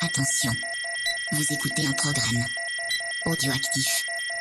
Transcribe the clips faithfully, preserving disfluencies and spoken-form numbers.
Attention, vous écoutez un programme audioactif.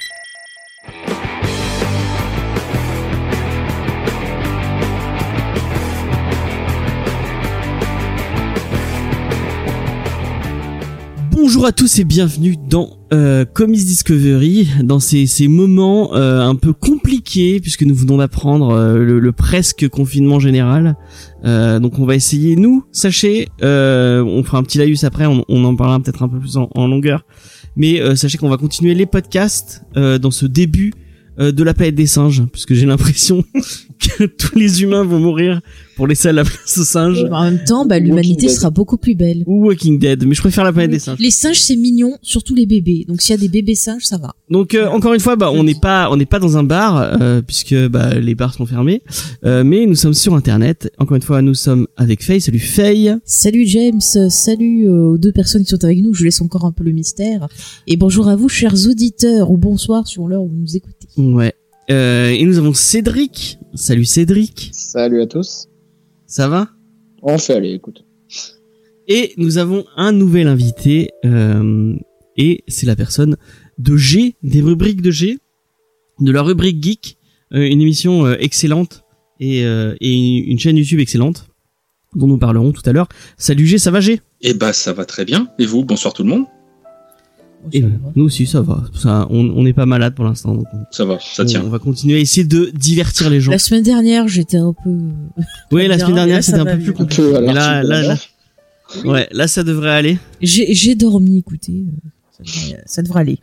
Bonjour à tous et bienvenue dans euh, Comics Discovery, dans ces, ces moments euh, un peu compliqués puisque nous venons d'apprendre euh, le, le presque confinement général. Euh, donc on va essayer, nous, sachez, euh, on fera un petit laïus après, on, on en parlera peut-être un peu plus en, en longueur, mais euh, sachez qu'on va continuer les podcasts euh, dans ce début euh, de la planète des singes, puisque j'ai l'impression que tous les humains vont mourir pour laisser la place aux singes. En même temps, bah, l'humanité sera beaucoup plus belle. Ou Walking Dead, mais je préfère la planète des singes. Les singes, c'est mignon, surtout les bébés. Donc s'il y a des bébés singes, ça va. Donc euh, encore une fois, bah on n'est pas on n'est pas dans un bar euh, puisque bah les bars sont fermés, euh, mais nous sommes sur internet. Encore une fois, nous sommes avec Faye. Salut Faye. Salut James. Salut aux deux personnes qui sont avec nous. Je laisse encore un peu le mystère. Et bonjour à vous, chers auditeurs, ou bonsoir sur l'heure où vous nous écoutez. Ouais. Euh, et nous avons Cédric. Salut Cédric. Salut à tous. Ça va? On fait aller, écoute. Et nous avons un nouvel invité, euh, et c'est la personne de G, des rubriques de G, de la rubrique Geek, euh, une émission euh, excellente et, euh, et une chaîne YouTube excellente, dont nous parlerons tout à l'heure. Salut G, ça va G? Eh bah ça va très bien. Et vous, bonsoir tout le monde. Et ben, nous aussi ça va. Ça, on on n'est pas malade pour l'instant. Donc on, ça va, ça tient. On, on va continuer à essayer de divertir les gens. La semaine dernière, j'étais un peu. Oui, la semaine dernière, là, c'était un peu plus compliqué. Mais là, là, là, ouais, là, ça devrait aller. J'ai, j'ai dormi, écoutez, ça devrait, ça devrait aller.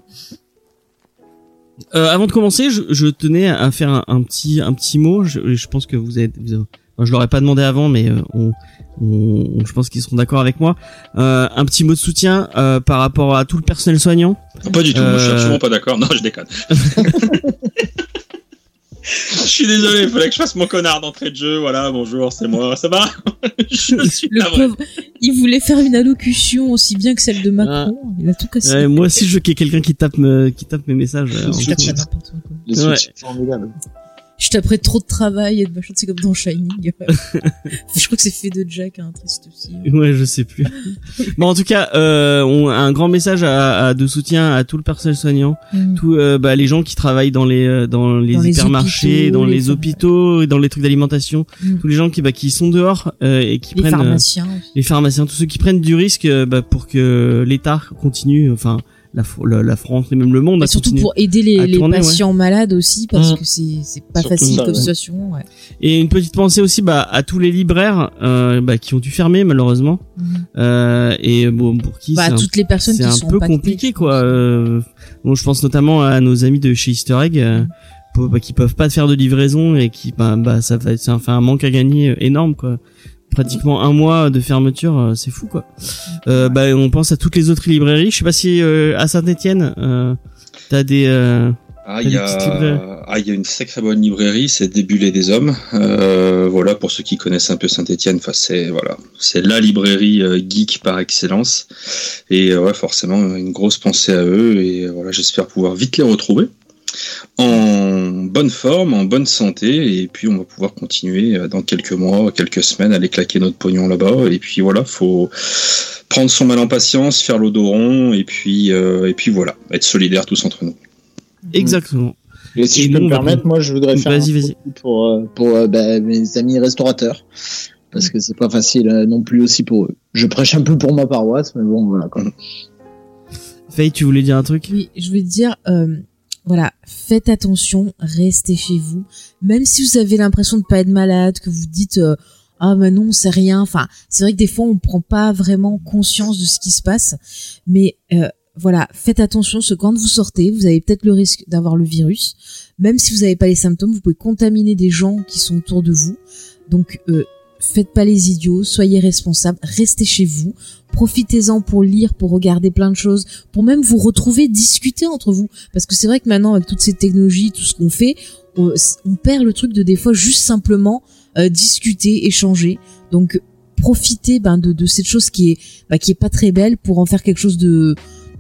Euh, avant de commencer, je, je tenais à faire un, un petit, un petit mot. Je, je pense que vous êtes, vous, enfin, je l'aurais pas demandé avant, mais euh, on, on, je pense qu'ils seront d'accord avec moi. Euh, un petit mot de soutien euh, par rapport à tout le personnel soignant. Pas du tout. Euh... Moi, je suis absolument pas d'accord. Non, je déconne. Je suis désolé, il fallait que je fasse mon connard d'entrée de jeu. Voilà, bonjour, c'est moi, ça va? Je suis le pauvre, il voulait faire une allocution aussi bien que celle de Macron. Ah. Il a tout cassé. Ouais, moi aussi, je veux qu'il y ait quelqu'un qui tape, me, qui tape mes messages. Euh, je taperais n'importe quoi. Les ouais. Formidables. Je taperais trop de travail et de machin, c'est comme dans Shining. Je crois que c'est fait de Jack, un hein, triste aussi. Ouais, je sais plus. Bon, en tout cas, euh, on a un grand message à, à, de soutien à tout le personnel soignant, mmh. tous euh, bah, les gens qui travaillent dans les dans les dans hypermarchés, les hôpitaux, dans les, les hôpitaux, et dans les trucs d'alimentation, mmh. tous les gens qui bah qui sont dehors euh, et qui les prennent pharmaciens, euh, les pharmaciens, tous ceux qui prennent du risque euh, bah, pour que l'État continue, enfin. La, la, la France et même le monde. Et surtout pour aider les, les tourner, patients ouais. malades aussi, parce mmh. que c'est, c'est pas surtout facile ça, comme ouais. situation. Ouais. Et une petite pensée aussi bah, à tous les libraires euh, bah, qui ont dû fermer malheureusement. Mmh. Euh, et bon, pour qui bah, c'est toutes un, les personnes c'est qui un sont peu impactées, compliqué quoi. Euh, bon, je pense notamment à nos amis de chez Easter Egg euh, pour, bah, qui peuvent pas faire de livraison et qui bah, bah ça fait ça fait un manque à gagner énorme quoi. Pratiquement un mois de fermeture, c'est fou quoi. Euh, bah on pense à toutes les autres librairies. Je sais pas si euh, à Saint-Étienne, euh, t'as des. Euh, ah il y a ah il y a une sacrée bonne librairie, c'est Des Bulles et des Hommes. Euh, voilà pour ceux qui connaissent un peu Saint-Étienne. Enfin c'est voilà c'est la librairie euh, geek par excellence. Et euh, ouais forcément une grosse pensée à eux et voilà j'espère pouvoir vite les retrouver. En bonne forme, en bonne santé, et puis on va pouvoir continuer dans quelques mois, quelques semaines, à aller claquer notre pognon là-bas. Et puis voilà, faut prendre son mal en patience, faire le dos rond, et puis euh, et puis voilà, être solidaires tous entre nous. Exactement. Et si et je peux me permettre, moi je voudrais faire vas-y, un vas-y. pour pour euh, bah, mes amis restaurateurs, parce que c'est pas facile euh, non plus aussi pour eux. Je prêche un peu pour ma paroisse, mais bon voilà quoi. Faye, tu voulais dire un truc? Oui, je voulais dire. Euh... Voilà, faites attention, restez chez vous. Même si vous avez l'impression de pas être malade, que vous dites euh, ah mais non c'est rien. Enfin, c'est vrai que des fois on prend pas vraiment conscience de ce qui se passe. Mais euh, voilà, faites attention, parce que quand vous sortez, vous avez peut-être le risque d'avoir le virus. Même si vous n'avez pas les symptômes, vous pouvez contaminer des gens qui sont autour de vous. Donc euh, faites pas les idiots, soyez responsables, restez chez vous. Profitez-en pour lire, pour regarder plein de choses, pour même vous retrouver, discuter entre vous. Parce que c'est vrai que maintenant, avec toutes ces technologies, tout ce qu'on fait, on, on perd le truc de des fois juste simplement euh, discuter, échanger. Donc, profitez ben, de, de cette chose qui est, bah, qui est pas très belle pour en faire quelque chose de,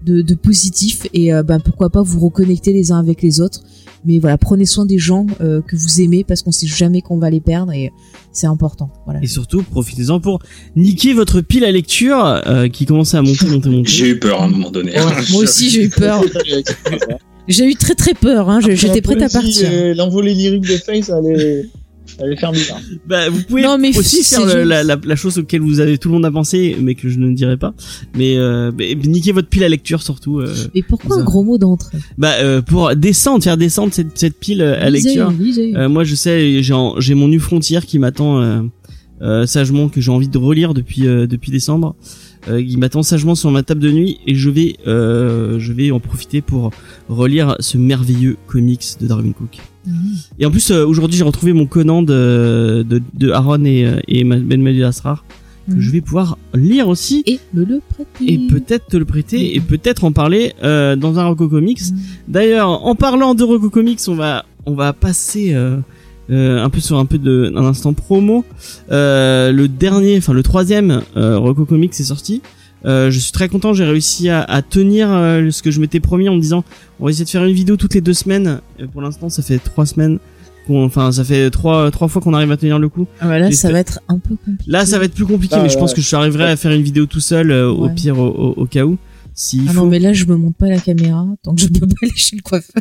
de, de positif et euh, ben pourquoi pas vous reconnecter les uns avec les autres. Mais voilà, prenez soin des gens euh, que vous aimez parce qu'on sait jamais qu'on va les perdre et c'est important. Voilà. Et surtout, profitez-en pour niquer votre pile à lecture euh, qui commençait à monter, monter, monter. J'ai eu peur à un moment donné. Ouais, moi aussi, j'ai eu peur. J'ai eu très très peur. Hein. Après, J'étais prête à partir. Euh, l'envolée lyrique de Faye, ça allait... ça allait faire bizarre. Bah, vous pouvez non, mais aussi faire le, la, la, la chose auquel vous avez tout le monde a pensé, mais que je ne dirai pas. Mais, euh, bah, niquer votre pile à lecture surtout. Euh, et pourquoi un gros mot d'entrée? Bah, euh, pour descendre, faire descendre cette, cette pile à lisez, lecture. Lisez. Euh, moi, je sais, j'ai, j'ai mon Nu Frontier qui m'attend euh, euh, sagement, que j'ai envie de relire depuis euh, depuis décembre. Euh, il m'attend sagement sur ma table de nuit et je vais euh, je vais en profiter pour relire ce merveilleux comics de Darwyn Cooke. Mmh. Et en plus euh, aujourd'hui j'ai retrouvé mon Conan de de, de Aaron et et Ben Medul Asrar que mmh. je vais pouvoir lire aussi et me le prêter et peut-être te le prêter mmh. et peut-être en parler euh, dans un Reco Comics. Mmh. D'ailleurs, en parlant de Reco Comics, on va on va passer euh, Euh, un peu sur un peu de un instant promo. Euh, le dernier, enfin le troisième euh, Reco Comics est sorti. Euh, je suis très content, j'ai réussi à, à tenir euh, ce que je m'étais promis en me disant on va essayer de faire une vidéo toutes les deux semaines. Et pour l'instant, ça fait trois semaines. Enfin, ça fait trois trois fois qu'on arrive à tenir le coup. Ah bah là, ça fait... va être un peu compliqué. Là, ça va être plus compliqué, ah, mais ouais. je pense que je arriverai à faire une vidéo tout seul, euh, ouais. au pire, au, au, au cas où. S'il ah faut. Non, mais là, je me monte pas la caméra, donc je peux pas aller chez le coiffeur.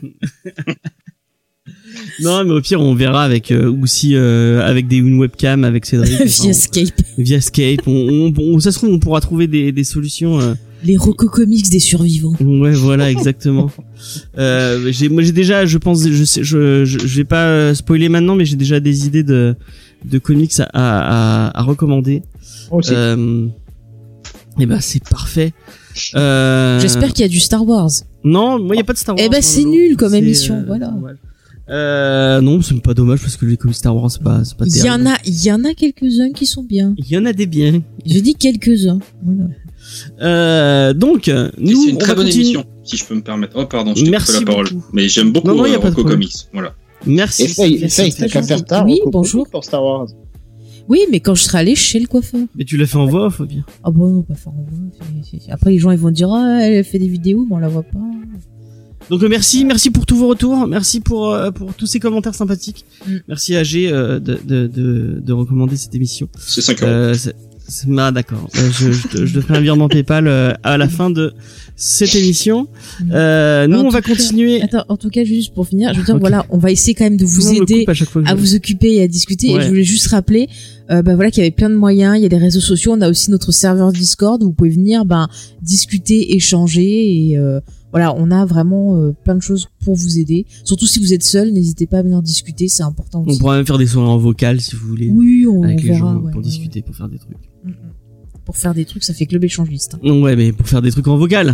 Non, mais au pire, on verra avec euh, aussi euh, avec des une webcam avec Cédric. Via Skype. Via Skype. On, on, on, ça se trouve, on pourra trouver des, des solutions. Euh... Les Reco Comics des survivants. Ouais, voilà, exactement. euh, j'ai, moi, j'ai déjà, je pense, je sais, je, je, je vais pas spoiler maintenant, mais j'ai déjà des idées de de comics à à, à recommander. Okay. Euh, et ben, c'est parfait. Euh... J'espère qu'il y a du Star Wars. Non, moi il y a pas de Star Wars. Eh ben c'est nul comme émission, euh, voilà. Ouais. Euh, non, c'est pas dommage parce que les comics Star Wars c'est pas c'est pas terrible. Il y en a il y en a quelques-uns qui sont bien. Il y en a des biens. Je dis quelques-uns. Voilà. Euh, donc nous c'est une très bonne continue... émission si je peux me permettre. Oh pardon, je t'ai coupé la parole. Beaucoup. Mais j'aime beaucoup non, non, euh, Reco Comics, voilà. Merci. Et Faye, Faye, t'as qu'à faire tard. Oui, bonjour. Pour Star Wars. Oui, mais quand je serai allé chez le coiffeur. Mais tu l'as fait en voix off, bien. Ah bon, non, pas faire en voix. C'est, c'est... Après, les gens ils vont dire ah elle fait des vidéos, mais on la voit pas. Donc euh, merci, merci pour tous vos retours, merci pour euh, pour tous ces commentaires sympathiques. Mm. Merci à G euh, de, de de de recommander cette émission. C'est cinq euros. Euh, c'est, c'est, ah, d'accord. Euh, je je te, je te ferai un virement PayPal euh, à la fin de cette émission. Euh, nous, on va continuer. Cas, attends, en tout cas, juste pour finir, je veux dire, okay. voilà, on va essayer quand même de vous aider à, à vous occuper et à discuter. Ouais. Et je voulais juste rappeler, euh, bah voilà, qu'il y avait plein de moyens. Il y a des réseaux sociaux. On a aussi notre serveur Discord où vous pouvez venir, ben, discuter, échanger et euh, voilà, on a vraiment euh, plein de choses pour vous aider. Surtout si vous êtes seul, n'hésitez pas à venir discuter, c'est important aussi. On pourra même faire des soirées en vocal si vous voulez. Oui, on, avec on les verra, gens ouais, pour ouais, discuter, ouais. pour faire des trucs. Mm-mm. Pour faire des trucs, ça fait club échangiste. Hein. Ouais, mais pour faire des trucs en vocal.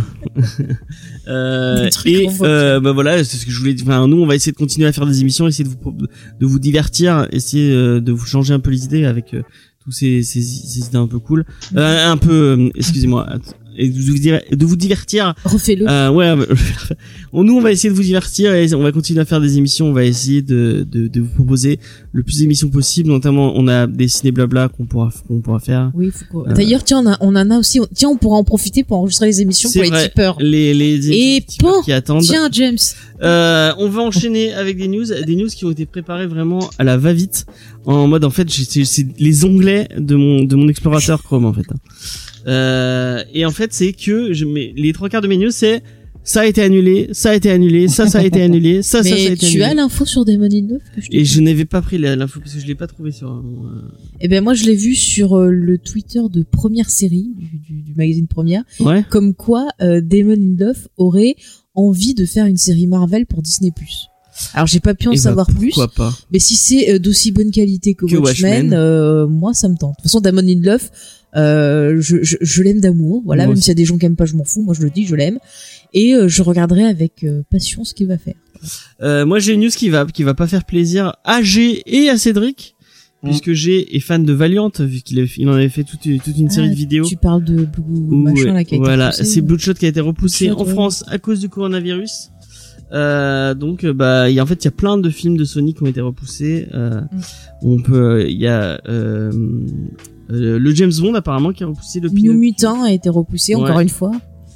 euh, et euh, bah voilà, c'est ce que je voulais dire. Enfin, nous, on va essayer de continuer à faire des émissions, essayer de vous de vous divertir, essayer euh, de vous changer un peu les idées avec euh, tous ces, ces ces idées un peu cool, euh, un peu, euh, excusez-moi. Et de vous divertir. Refais-le. Euh, ouais, nous on va essayer de vous divertir et on va continuer à faire des émissions. On va essayer de de, de vous proposer le plus d'émissions possible. Notamment, on a des ciné blabla qu'on pourra qu'on pourra faire. Oui, faut qu'on... euh... d'ailleurs, tiens, on, a, on en a aussi. Tiens, on pourra en profiter pour enregistrer les émissions c'est pour vrai, les tipeurs. Les les, et tipeurs qui attendent. Tiens, James. Euh, on va enchaîner avec des news, des news qui ont été préparées vraiment à la va-vite, en mode en fait, c'est, c'est les onglets de mon de mon explorateur Chrome en fait. Euh, et en fait, c'est que je mets les trois quarts de mes news, c'est ça a été annulé, ça a été annulé, ça, ça a été annulé, ça, mais ça, ça a été annulé. Mais tu as l'info sur Damon in Love que je te Et je n'avais pas pris l'info parce que je l'ai pas trouvé sur. Euh... Eh ben moi, je l'ai vu sur euh, le Twitter de Première Série du, du, du magazine Première, ouais. Comme quoi euh, Damon in Love aurait envie de faire une série Marvel pour Disney plus. Alors j'ai pas pu en et savoir bah, plus, pas. mais si c'est euh, d'aussi bonne qualité que, que Watchmen, Watchmen. Euh, moi ça me tente. De toute façon, Damon in Love, euh, je, je, je l'aime d'amour. Voilà, moi même s'il y a des gens qui aiment pas, je m'en fous. Moi je le dis, je l'aime, et euh, je regarderai avec euh, passion ce qu'il va faire. Euh, moi j'ai une news qui va qui va pas faire plaisir à G et à Cédric. Mmh. Puisque G est fan de Valiant, vu qu'il avait, il en avait fait toute, toute une ah, série de vidéos. Tu parles de Blue machin là qui a été voilà, repoussé. C'est Bloodshot qui a été repoussé Bloodshot, en ouais. France à cause du coronavirus. Euh, donc bah y a, en fait il y a plein de films de Sony qui ont été repoussés. Euh, mm. On peut il y a euh, euh, le James Bond apparemment qui a repoussé le New Mutant a été repoussé ouais. Encore une fois.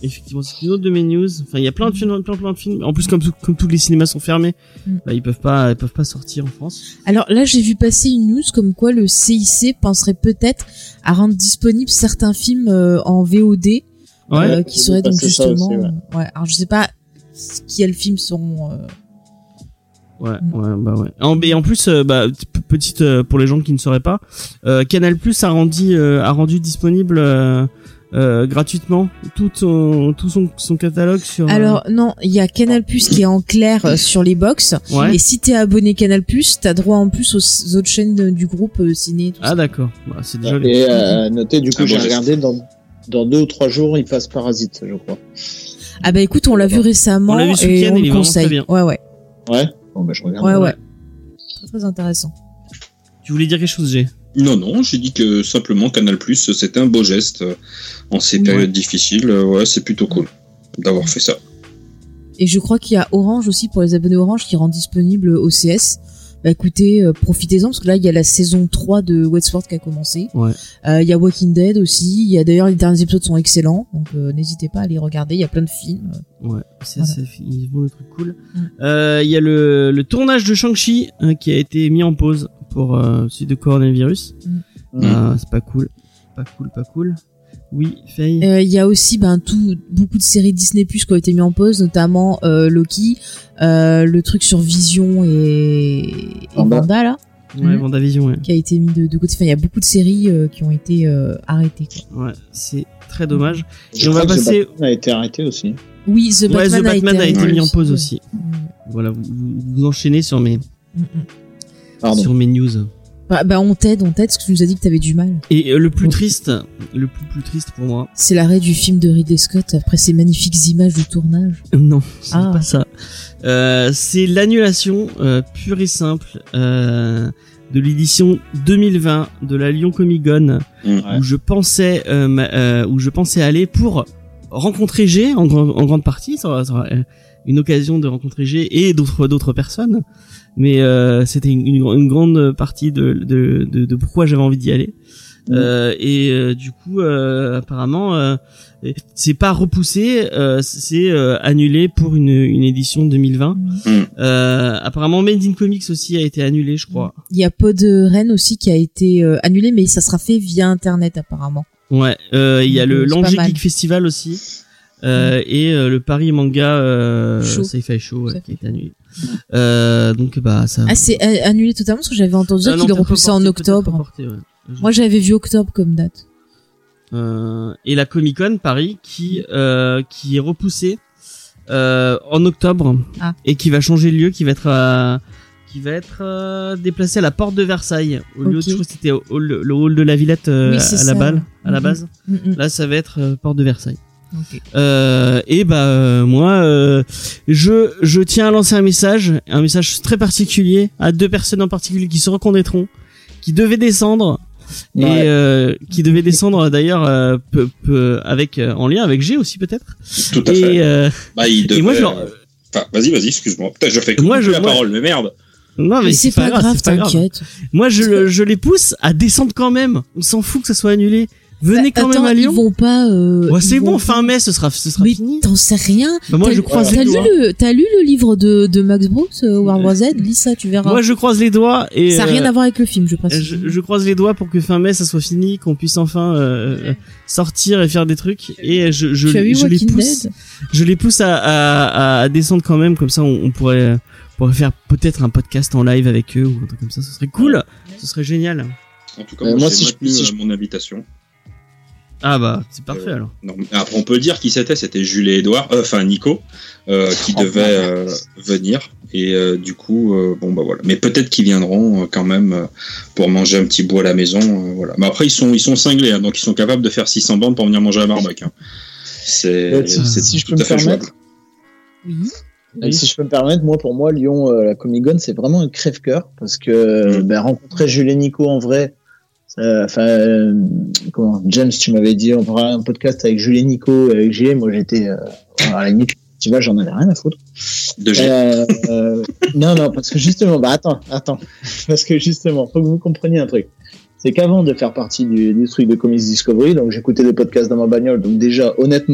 effectivement, c'est une autre de mes news. Enfin, il y a plein de films, plein, plein de films. En plus, comme, tout, comme tous les cinémas sont fermés, mm. bah, ils peuvent pas, ils peuvent pas sortir en France. Alors là, j'ai vu passer une news comme quoi le C I C penserait peut-être à rendre disponibles certains films euh, en V O D, ouais, euh, qui seraient donc justement. Aussi, ouais. ouais. Alors je sais pas quels films seront. Euh... Ouais, ouais, bah ouais. En, et en plus, euh, bah, petite euh, pour les gens qui ne sauraient pas, euh, Canal+ a rendu, euh, a rendu disponible euh, euh, gratuitement tout son, tout son, son catalogue sur. Alors non, il y a Canal+ qui est en clair euh, sur les box. Ouais. Et si t'es abonné Canal+, t'as droit en plus aux autres chaînes de, du groupe euh, ciné. Tout ah ça. D'accord. Bah, c'est déjà. Et euh, notez du coup, ah, j'ai bon, regardé dans dans deux ou trois jours, il passe Parasite, je crois. Ah bah écoute, on l'a vu récemment on l'a vu ce et on le conseille. Bien. Ouais ouais. Ouais. Bon, bah, je regarde. Ouais, ouais. Très, très intéressant. Tu voulais dire quelque chose, G ? Non, non, j'ai dit que simplement Canal+, c'était un beau geste en ces ouais. périodes difficiles. Ouais, c'est plutôt cool d'avoir fait ça. Et je crois qu'il y a Orange aussi, pour les abonnés Orange, qui rend disponible O C S. Bah écoutez, euh, profitez-en, parce que là, il y a la saison trois de Westworld qui a commencé. Ouais. Euh, il y a Walking Dead aussi. Il y a d'ailleurs, les derniers épisodes sont excellents. Donc, euh, n'hésitez pas à les regarder. Il y a plein de films. Ouais, c'est voilà. ça, ils font des trucs cool. Il mm. euh, y a le, le tournage de Shang-Chi hein, qui a été mis en pause pour euh, suite de coronavirus. Mm. Euh, c'est pas cool. Pas cool, pas cool. Oui, Faye. Il euh, y a aussi ben tout beaucoup de séries Disney Plus qui ont été mis en pause, notamment euh, Loki, euh, le truc sur Vision et, et Wanda là. Ouais, WandaVision, ouais. Qui a été mis de, de côté. Enfin, il y a beaucoup de séries euh, qui ont été euh, arrêtées. Quoi. Ouais, c'est très dommage. Je et on va passer. The Batman a été arrêté aussi. Oui, The Batman, ouais, The Batman a été, a été mis en pause ouais. aussi. Ouais. Voilà, vous, vous enchaînez sur mes Pardon. sur mes news. Bah, bah on t'aide, on t'aide, parce que tu nous as dit que t'avais du mal. Et euh, le plus triste, le plus plus triste pour moi, c'est l'arrêt du film de Ridley Scott après ces magnifiques images de tournage. Non, c'est ah. pas ça. Euh, c'est l'annulation euh, pure et simple euh, de l'édition deux mille vingt de la Lyon Comic Con, ouais. où je pensais, euh, euh, où je pensais aller pour rencontrer G en, en grande partie, ça sera, ça sera une occasion de rencontrer G et d'autres d'autres personnes. Mais euh, c'était une, une, une grande partie de, de, de, de pourquoi j'avais envie d'y aller. Mmh. Euh, et euh, du coup, euh, apparemment, euh, c'est pas repoussé, euh, c'est euh, annulé pour une, une édition deux mille vingt. Mmh. Euh, apparemment, Made in Comics aussi a été annulé, je crois. Il y a Pod Rennes aussi qui a été euh, annulé, mais ça sera fait via Internet apparemment. Ouais, euh, il y a le l'Angers Geek Festival aussi. Euh, mmh. et euh, le Paris Manga euh, Sci-Fi Show ouais, qui est annulé. Euh, donc bah ça. Ah c'est annulé totalement parce que j'avais entendu ah, qu'il le repoussait en octobre. Porté, ouais. Moi j'avais vu octobre comme date. Euh, et la Comic Con Paris qui euh, qui est repoussée euh, en octobre ah. et qui va changer de lieu, qui va être à, qui va être euh, déplacé à la porte de Versailles au lieu okay. de, je crois que c'était au hall, le hall de la Villette euh, oui, à ça. la balle à mm-hmm. la base. Mm-hmm. Là ça va être euh, porte de Versailles. Okay. Euh, et bah euh, moi euh, je je tiens à lancer un message, un message très particulier à deux personnes en particulier qui se reconnaîtront, qui devaient descendre ouais. et euh, qui devaient descendre d'ailleurs euh, peu, peu, avec euh, en lien avec G aussi peut-être. Tout à et, fait. Euh, bah, il devait, et moi je leur... enfin vas-y vas-y excuse-moi. Putain je fais moi je la moi... parole mais merde. Non mais, mais c'est, c'est pas, pas grave, grave t'inquiète. Moi je je les pousse à descendre quand même. On s'en fout que ça soit annulé. Venez quand Attends, même à Lyon. Ils vont pas. Euh, ouais, c'est bon, vont... fin mai, ce sera, ce sera mais fini. T'en sais rien. Bah moi, t'as, je croise les t'as doigts. Lu le, t'as lu le livre de, de Max Brooks, euh, World War Z. Lis ça, tu verras. Moi, je croise les doigts et. Ça a rien euh, à voir avec le film, je précise. Je, je croise les doigts pour que fin mai, ça soit fini, qu'on puisse enfin euh, sortir et faire des trucs. Et je, je, je, je les pousse. Dead je les pousse à, à, à descendre quand même, comme ça, on, on pourrait, on pourrait faire peut-être un podcast en live avec eux ou un truc comme ça. Ce serait cool. Ce serait génial. En tout cas, moi, euh, moi si je si je... mon invitation. Ah bah c'est parfait euh, alors. Non, après on peut dire qui c'était, c'était Jules et Edouard, enfin euh, Nico, euh, qui oh, devait euh, venir et euh, du coup euh, bon bah voilà. Mais peut-être qu'ils viendront euh, quand même euh, pour manger un petit bout à la maison, euh, voilà. Mais après ils sont ils sont cinglés, hein, donc ils sont capables de faire six cents bandes pour venir manger à Barbac. Hein. C'est, ouais, c'est, c'est si je peux me permettre. Oui. Oui. Si je peux me permettre, moi pour moi Lyon euh, la Comic Con c'est vraiment un crève-cœur parce que mmh. ben, rencontrer Jules et Nico en vrai. Enfin, euh, comment James, tu m'avais dit on fera un podcast avec Jules et Nico, avec G. Moi, j'étais euh, à la limite, tu vois, j'en avais rien à foutre. De G. Euh, euh, non, non, parce que justement, bah attends, attends, parce que justement, faut que vous compreniez un truc. C'est qu'avant de faire partie du, du truc de Comics Discovery, donc j'écoutais des podcasts dans ma bagnole. Donc déjà, honnêtement,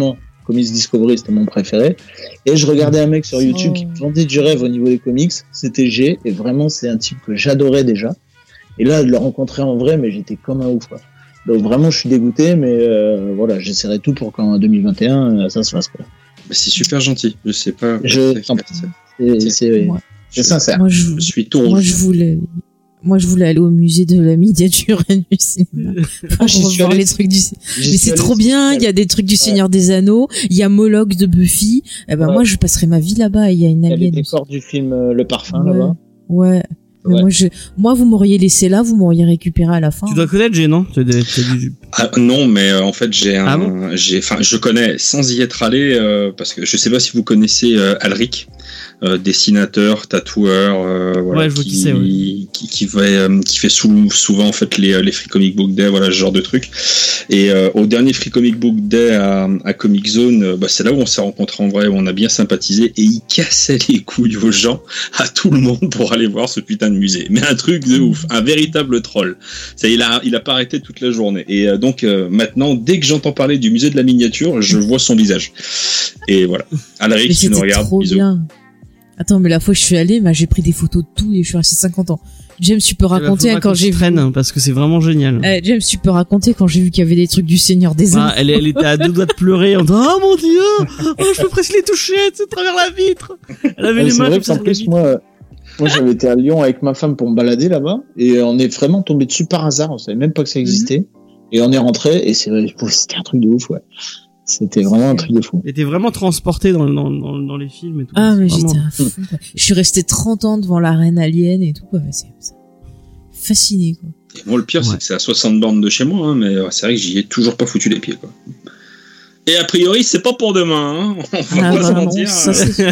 Comics Discovery, c'était mon préféré. Et je regardais un mec sur YouTube Oh. qui me vendait du rêve au niveau des comics. C'était G. Et vraiment, c'est un type que j'adorais déjà. Et là, de le rencontrer en vrai, mais j'étais comme un ouf, quoi. Donc vraiment, je suis dégoûté, mais euh, voilà, j'essaierai tout pour qu'en deux mille vingt et un, euh, ça se fasse, quoi. Mais c'est super gentil. Je sais pas. Je c'est- t'en prie. c'est- C'est, c'est, Moi, c'est sincère. moi, je, Je suis tout moi, rouge. je voulais, moi, je voulais aller au musée de la miniature et du cinéma pour j'y suis revoir allé. les trucs du J'y Mais suis c'est allé, trop bien, il y a des trucs du Seigneur des Anneaux, il y a Moloch de Buffy. Eh ben, Ouais. moi, je passerai ma vie là-bas, il y a une Il y a les alien. aussi. décors du film euh, Le Parfum, Ouais. là-bas. Ouais. Mais Ouais. moi, je, moi, vous m'auriez laissé là, vous m'auriez récupéré à la fin. Tu dois connaître G, non? T'as des- t'as du- Ah, non, mais euh, en fait, j'ai un, Ah bon j'ai, enfin, je connais sans y être allé euh, parce que je sais pas si vous connaissez euh, Alric, euh, dessinateur, tatoueur, euh, voilà, Ouais, je vois qui, qui c'est, ouais. qui, qui fait, euh, qui fait sou- souvent en fait les, les Free Comic Book Day, voilà, ce genre de truc. Et euh, au dernier Free Comic Book Day à, à Comic Zone, euh, bah, c'est là où on s'est rencontrés en vrai, où on a bien sympathisé et il cassait les couilles aux gens, à tout le monde pour aller voir ce putain de musée. Mais un truc de ouf, un véritable troll. Ça, il a, il a pas arrêté toute la journée. Et euh, donc euh, maintenant, dès que j'entends parler du musée de la miniature, je vois son visage. Et voilà. Alaric, Mais si tu nous c'était regardes, trop bisous. bien. Attends, mais la fois où je suis allée, bah, j'ai pris des photos de tout et je suis restée cinquante ans. James, tu peux raconter Faudra hein, quand qu'on j'ai se vu. traîne, parce que c'est vraiment génial. Eh, James, tu peux raconter quand j'ai vu qu'il y avait des trucs du Seigneur des Anneaux. Ah, elle, elle était à deux doigts de pleurer en disant oh mon dieu, oh, je peux presque les toucher, c'est à travers la vitre. Elle avait Ouais, les c'est mains vrai comme ça qu'en sur la plus, vitre. moi, euh, moi, j'avais été à Lyon avec ma femme pour me balader là-bas, et on est vraiment tombé dessus par hasard. On savait même pas que ça existait. Et on est rentré, et c'est vrai, c'était un truc de ouf, ouais. C'était vraiment un truc de fou. Elle était vraiment transportée dans, dans, dans, dans les films et tout. Ah, mais Vraiment. j'étais un fou, quoi. Je suis restée trente ans devant la reine alien et tout, quoi. Bah, c'est c'est fasciné, quoi. Et moi, le pire, Ouais. c'est que c'est à soixante bornes de chez moi, hein, mais euh, c'est vrai que j'y ai toujours pas foutu les pieds, quoi. Et a priori, c'est pas pour demain, hein. On va Ah, pas se bah, non, mentir. ça, euh, c'est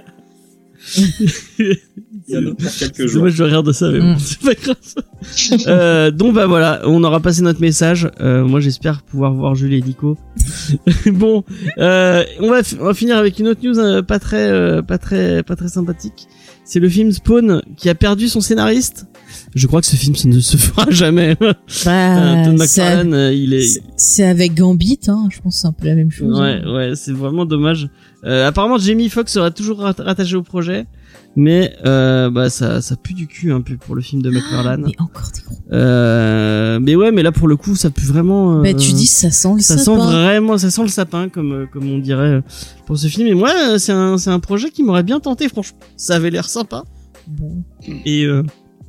il y en a pour quelques C'est jours. dommage, je regarde ça, mais bon, Mm. c'est pas grave. euh, donc bah voilà, on aura passé notre message. Euh, moi j'espère pouvoir voir Julie et Nico. Bon, euh, on va f- on va finir avec une autre news euh, pas très euh, pas très pas très sympathique. C'est le film Spawn qui a perdu son scénariste. Je crois que ce film ça ne se fera jamais. Bah, Todd c'est McFarlane, euh, il est c'est- c'est avec Gambit, hein. Je pense que c'est un peu la même chose. ouais ouais, c'est vraiment dommage. Euh, apparemment Jamie Foxx sera toujours rat- rattaché au projet. Mais euh, bah ça ça pue du cul un peu pour le film de McFarlane. Mais encore des gros. Euh, mais ouais, mais là pour le coup, ça pue vraiment. Euh, Bah, tu dis, ça sent le ça sent sapin. vraiment, ça sent le sapin comme euh, comme on dirait euh, pour ce film. Et moi, euh, c'est un c'est un projet qui m'aurait bien tenté. Franchement, ça avait l'air sympa. Bon. Et euh,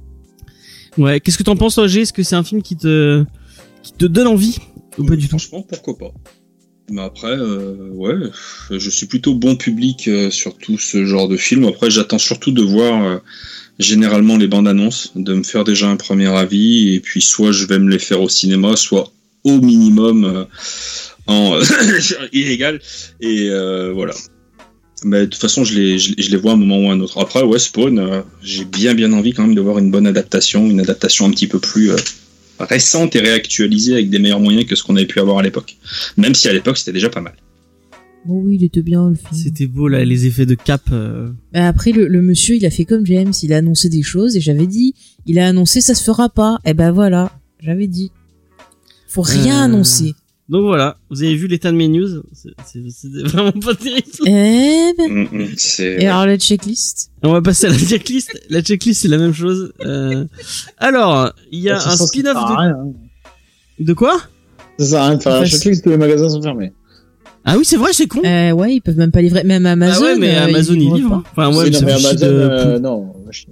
ouais, qu'est-ce que t'en penses, toi, G? Est-ce que c'est un film qui te qui te donne envie ou pas du tout? Franchement, pourquoi pas. Mais après, euh, ouais, je suis plutôt bon public euh, sur tout ce genre de film. Après, j'attends surtout de voir euh, généralement les bandes annonces, de me faire déjà un premier avis, et puis soit je vais me les faire au cinéma, soit au minimum euh, en illégal. Et euh, voilà. Mais de toute façon, je les, je, je les vois à un moment ou à un autre. Après, ouais, Spawn, euh, j'ai bien bien envie quand même de voir une bonne adaptation, une adaptation un petit peu plus euh, récente et réactualisée avec des meilleurs moyens que ce qu'on avait pu avoir à l'époque. Même si à l'époque, c'était déjà pas mal. Bon, oui, il était bien, le film. C'était beau là, les effets de cap. Euh... Bah, après, le, le monsieur, il a fait comme James. Il a annoncé des choses et j'avais dit, il a annoncé, ça se fera pas. Et ben voilà. J'avais dit. Faut rien Euh, annoncer. Donc voilà, vous avez vu l'état de mes news. C'est c'est- c'est vraiment pas terrible. Eh ben. Mm, mm, c'est... Et alors, la checklist? On va passer à la checklist. La checklist, c'est la même chose. Euh... Alors, il y a Ça, un ça, ça spin-off sert à de... rien, hein. de quoi? Ça sert à rien de faire Enfin, la checklist, tous les magasins sont fermés. Ah oui, c'est vrai, c'est con. Euh, ouais, ils peuvent même pas livrer. Même Amazon. ah ouais, mais euh, Amazon, il livrent livre. pas. hein. Enfin, ouais, Oui, mais non, ça mais fait chier Amazon, de... euh, non. je-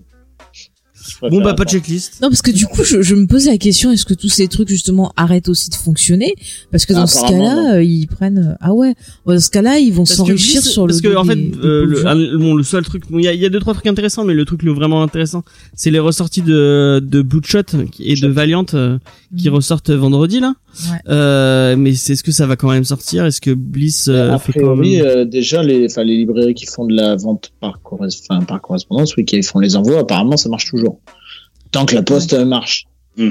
je Bon, bah, préfère pas de attendre. checklist. Non, parce que du coup, je, je me posais la question, est-ce que tous ces trucs, justement, arrêtent aussi de fonctionner? Parce que dans Ah, ce apparemment, cas-là, euh, ils prennent, ah ouais. Dans ce cas-là, ils vont Parce que s'enrichir Bliss- sur le parce que dos en fait des- des euh, le, pauvres un- gens. bon, le seul truc, bon, il y a, il y a deux trois trucs intéressants, mais le truc le vraiment intéressant, c'est les ressorties de de Bloodshot et de Valiant euh, qui Mhm. ressortent vendredi là. Ouais. Euh, mais c'est est-ce que ça va quand même sortir? Est-ce que Bliss euh, a fait quand priori, même... euh, déjà, les, enfin, les librairies qui font de la vente par, corres- enfin, par correspondance, oui, qui font les envois, apparemment, ça marche toujours. Tant que la poste euh, marche. Mm,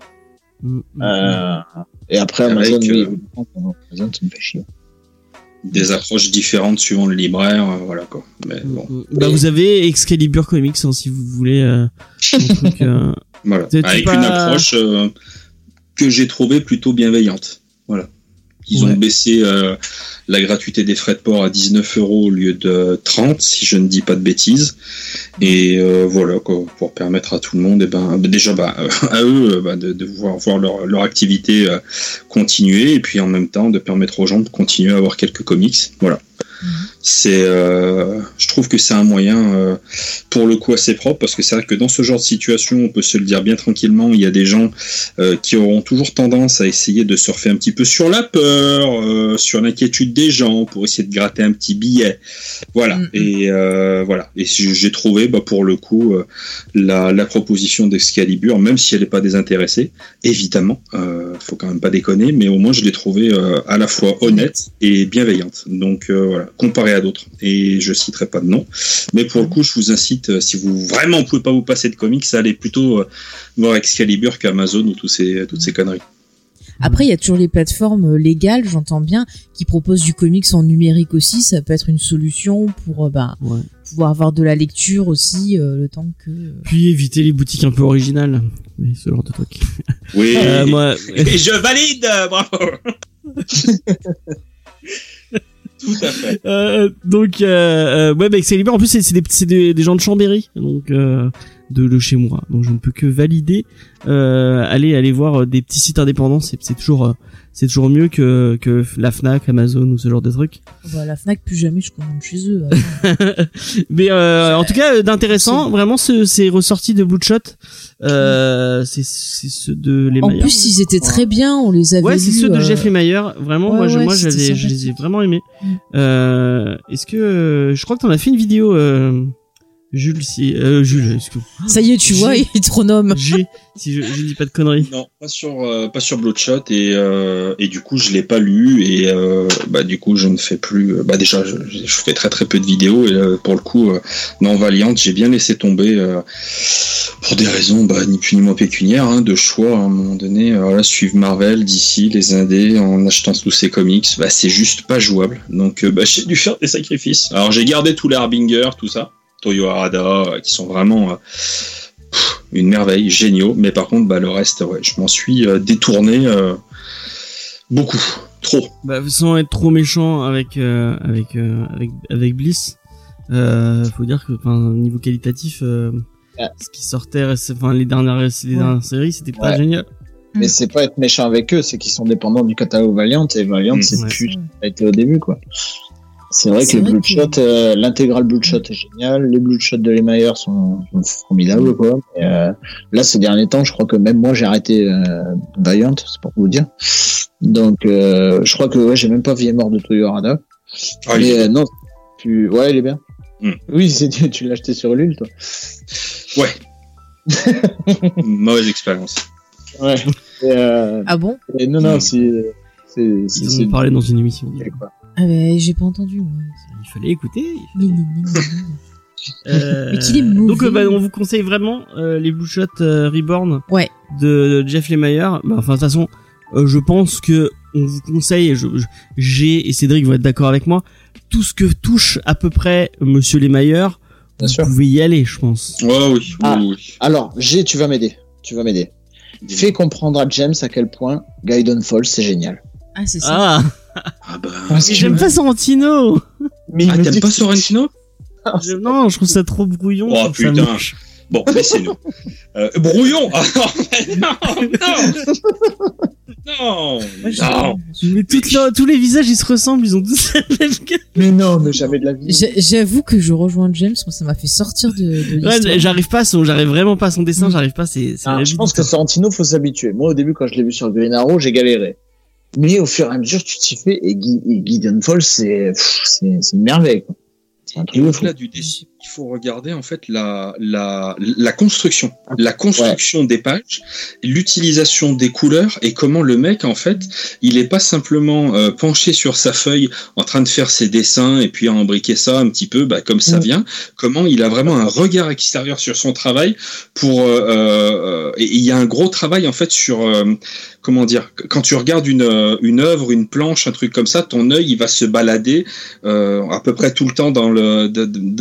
mm, Euh, et après, Avec, Amazon, oui, euh, Amazon, ça me fait chier. Des approches différentes suivant le libraire, euh, voilà quoi. Mais mm, bon, mm. Bah vous avez Excalibur Comics hein, si vous voulez. Euh, un truc, euh, voilà. C'est- c'est Avec pas- une approche euh, que j'ai trouvée plutôt bienveillante. Voilà. Ils Ouais. ont baissé euh, la gratuité des frais de port à dix-neuf euros au lieu de trente, si je ne dis pas de bêtises. Et euh, voilà, quoi, pour permettre à tout le monde, et ben, déjà bah, à eux bah, de, de voir, voir leur, leur activité euh, continuer, et puis en même temps de permettre aux gens de continuer à avoir quelques comics. Voilà. C'est, euh, je trouve que c'est un moyen euh, pour le coup assez propre, parce que c'est vrai que dans ce genre de situation, on peut se le dire bien tranquillement, il y a des gens euh, qui auront toujours tendance à essayer de surfer un petit peu sur la peur, euh, sur l'inquiétude des gens, pour essayer de gratter un petit billet. Voilà. Mm-hmm. Et euh, voilà. Et j'ai trouvé, bah, pour le coup, euh, la, la proposition d'Excalibur, même si elle n'est pas désintéressée, évidemment, euh, faut quand même pas déconner, mais au moins je l'ai trouvée euh, à la fois honnête et bienveillante. Donc euh, voilà, comparé à d'autres. Et je citerai pas de nom, mais pour le coup, je vous incite, euh, si vous vraiment pouvez pas vous passer de comics, à aller plutôt euh, voir Excalibur qu'Amazon ou tous ces, toutes ces conneries. Après, il y a toujours les plateformes légales, j'entends bien, qui proposent du comics en numérique aussi. Ça peut être une solution pour euh, bah, ouais. pouvoir avoir de la lecture aussi, euh, le temps que... Puis éviter les boutiques un peu originales. Oui, ce genre de truc. Oui, euh, moi... et je valide, bravo. Tout à fait. Euh, donc, euh, ouais, bah, Excalibur, en plus, c'est, c'est, des, c'est des, des gens de Chambéry, donc euh, de, de chez moi. Donc, je ne peux que valider. Euh, aller, aller voir des petits sites indépendants, c'est, c'est toujours, c'est toujours mieux que que la Fnac, Amazon ou ce genre de trucs. Bah, la Fnac, plus jamais je commande chez eux. Mais euh, en tout cas, d'intéressant, c'est... vraiment, ce, ces ressorties de Bloodshot, euh, c'est, c'est ceux de les En Maillard. plus, ils étaient très bien, on les avait Ouais, lus, c'est ceux de euh... Jeff Lemire. Vraiment, ouais, moi, je, ouais, moi, j'avais, je les ai vraiment aimés. Mm. Euh, est-ce que, euh, je crois que t'en as fait une vidéo, euh, Jules, si, euh, Jules, excuse. Ça y est, tu G, vois, il te renomme. G, si je, je dis pas de conneries. Non, pas sur, euh, pas sur Bloodshot, et, euh, et du coup, je l'ai pas lu, et, euh, bah, du coup, je ne fais plus, bah, déjà, je, je fais très très peu de vidéos, et, euh, pour le coup, euh, non, Valiant, j'ai bien laissé tomber, euh, pour des raisons, bah, ni plus ni moins pécuniaires, hein, de choix, à un moment donné, euh, voilà, suivre Marvel, D C, les indés, en achetant tous ces comics, bah, c'est juste pas jouable. Donc, euh, bah, j'ai dû faire des sacrifices. Alors, j'ai gardé tous les Harbinger, tout ça. Toyo Harada, qui sont vraiment euh, pff, une merveille, géniaux, mais par contre, bah, le reste, ouais, je m'en suis euh, détourné euh, beaucoup, trop. Bah, sans être trop méchant avec euh, avec euh, avec avec Bliss, euh, faut dire que, enfin, niveau qualitatif, euh, ouais. ce qui sortait, enfin, les dernières les ouais. dernières séries, c'était pas ouais. génial. Mais c'est pas être méchant avec eux, c'est qu'ils sont dépendants du catalogue Valiant, et Valiant, mmh. c'est ouais. plus ça a été au début, quoi. C'est vrai c'est que les Bloodshot, que... euh, l'intégrale Bloodshot est géniale, les Bloodshot de Lemire sont, sont formidables, quoi. Et, euh, là, ces derniers temps, je crois que même moi, j'ai arrêté euh, Valiant, c'est pour vous dire. Donc, euh, je crois que ouais, j'ai même pas vie mort de Toyo Harada. Ah, mais euh, non, tu... ouais, il est bien. Mm. Oui, c'est... tu l'as acheté sur Ulule, toi. Ouais. Mauvaise expérience. Ouais. Et, euh... Ah bon? Et non, non, mm. c'est... c'est, c'est Ils en ont parlé dans une émission. Quoi. Ah bah, j'ai pas entendu, moi. Il fallait écouter. Il fallait... Mais, mais, mais, euh, mais qu'il est mauvais. Donc, euh, bah, on vous conseille vraiment euh, les Bloodshot euh, Reborn ouais. de, de Jeff Lemire. Bah, enfin, de toute façon, euh, je pense que on vous conseille, je, je, j'ai et Cédric vont être d'accord avec moi, tout ce que touche à peu près Monsieur Lemire, vous sûr. pouvez y aller, je pense. Ouais, oui. Ah, oui, oui. Alors, G, tu vas m'aider. Tu vas m'aider. Fais comprendre à James à quel point Gaiden Falls c'est génial. Ah, c'est ça. Ah, ah bah. J'aime pas Sorrentino. Mais ah, t'aimes pas Sorrentino? je, Non, je trouve ça trop brouillon. Oh putain. Bon, laissez-nous. Euh, brouillon. Ah, non, non, non, Moi, non. Mais toutes les, tous les visages, ils se ressemblent, ils ont tous la même gueule. Mais non, mais jamais de la vie. J'ai, j'avoue que je rejoins James, moi, ça m'a fait sortir de, de l'histoire. Ouais, j'arrive pas à son, j'arrive vraiment pas à son dessin, mmh. j'arrive pas, c'est, c'est ah, je pense que Sorrentino, faut s'habituer. Moi, au début, quand je l'ai vu sur Green Arrow, j'ai galéré. Mais au fur et à mesure, tu t'y fais, et Gaiden Falls, c'est, c'est, c'est une merveille, quoi. Et au-delà du dessin, il faut regarder en fait la la la construction, la construction ouais. des pages, l'utilisation des couleurs et comment le mec en fait, il est pas simplement euh, penché sur sa feuille en train de faire ses dessins et puis à embriquer ça un petit peu, bah comme ça vient. Comment il a vraiment un regard extérieur sur son travail pour euh, euh, et il y a un gros travail en fait sur euh, comment dire, quand tu regardes une une œuvre, une planche, un truc comme ça, ton œil il va se balader euh, à peu près tout le temps dans le de, de, dans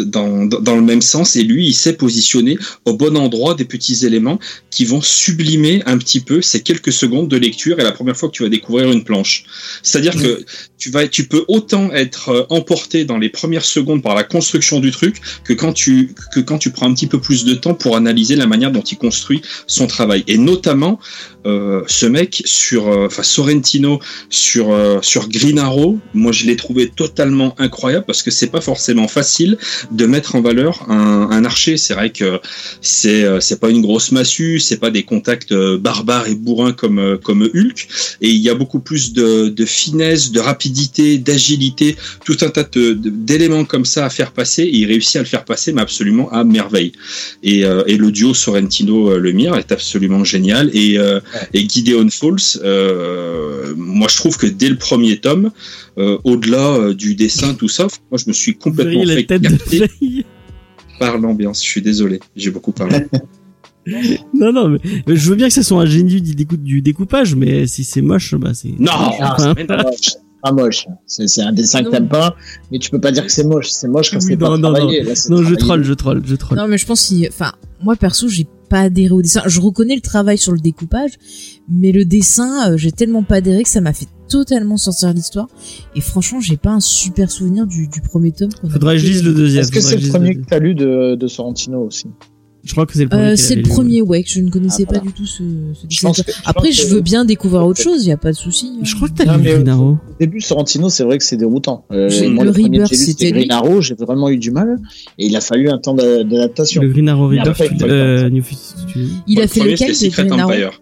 dans, dans le même sens, et lui, il sait positionner au bon endroit des petits éléments qui vont sublimer un petit peu ces quelques secondes de lecture et la première fois que tu vas découvrir une planche. C'est-à-dire mmh. que tu vas, tu peux autant être emporté dans les premières secondes par la construction du truc que quand tu, que quand tu prends un petit peu plus de temps pour analyser la manière dont il construit son travail. Et notamment, euh, ce mec sur, enfin, euh, Sorrentino sur, euh, sur Green Arrow, moi, je l'ai trouvé totalement incroyable parce que c'est pas forcément facile de mettre en valeur un, un archer. C'est vrai que c'est, c'est pas une grosse massue, c'est pas des contacts barbares et bourrins comme, comme Hulk. Et il y a beaucoup plus de, de finesse, de rapidité, d'agilité, tout un tas de, de, d'éléments comme ça à faire passer. Et il réussit à le faire passer, mais absolument à merveille. Et, euh, et le duo Sorrentino-Lemire est absolument génial. Et, euh, et Gideon Falls, euh, moi je trouve que dès le premier tome, euh, au-delà euh, du dessin, tout ça, moi je me suis complètement fait capter par l'ambiance. Je suis désolé, j'ai beaucoup parlé. Non, non, mais je veux bien que ça soit un génie du, décou- du découpage, mais si c'est moche, bah c'est. Non, enfin, c'est pas moche. Pas moche. C'est, c'est un dessin non. que t'aimes pas, mais tu peux pas dire que c'est moche. C'est moche quand oui, c'est non, pas non, travaillé. Non, Là, c'est non travaillé. je troll, je troll, je troll. Non, mais je pense si, enfin, moi perso, j'ai pas adhéré au dessin. Je reconnais le travail sur le découpage, mais le dessin, euh, j'ai tellement pas adhéré que ça m'a fait totalement sortir l'histoire. Et franchement, j'ai pas un super souvenir du, du premier tome. Qu'on Faudrait que je lise le deuxième. Est-ce que c'est le premier que t'as lu de, de Sorrentino aussi? Je crois que c'est le premier. Euh, c'est le premier, ouais, que je ne connaissais ah, voilà. pas du tout ce, ce dessin. Je que, je Après, je veux bien découvrir autre chose, y a pas de souci. Je crois que t'as lu Green Arrow. Au début, Sorrentino, c'est vrai que c'est déroutant. Euh, j'ai, moi, le, le premier Rebirth, que j'ai lu, c'était Green Arrow, j'ai vraiment eu du mal. Et il a fallu un temps d'adaptation. Le Green Arrow Rebirth, euh, New fifty-two. Il a fait lequel, c'est Secret Empire.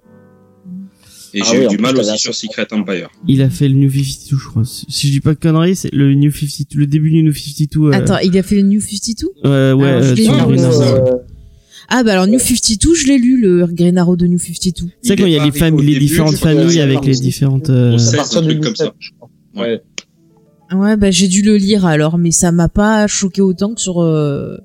Et ah j'ai oui, eu du mal aussi sur Secret Empire. Il a fait le New fifty-two, je crois. Si je dis pas de conneries, c'est le New cinquante-deux, le début du New cinquante-deux. Euh... Attends, il a fait le New cinquante-deux? Euh, ouais, Alors, euh, sur Green Arrow. Ah bah alors New cinquante-deux, je l'ai lu, le Green Arrow de New cinquante-deux. C'est sais quand il y a les familles, les différentes familles avec les différentes. Euh... seize, un truc comme ça. Ouais. Ouais, bah j'ai dû le lire alors, mais ça m'a pas choqué autant que sur euh...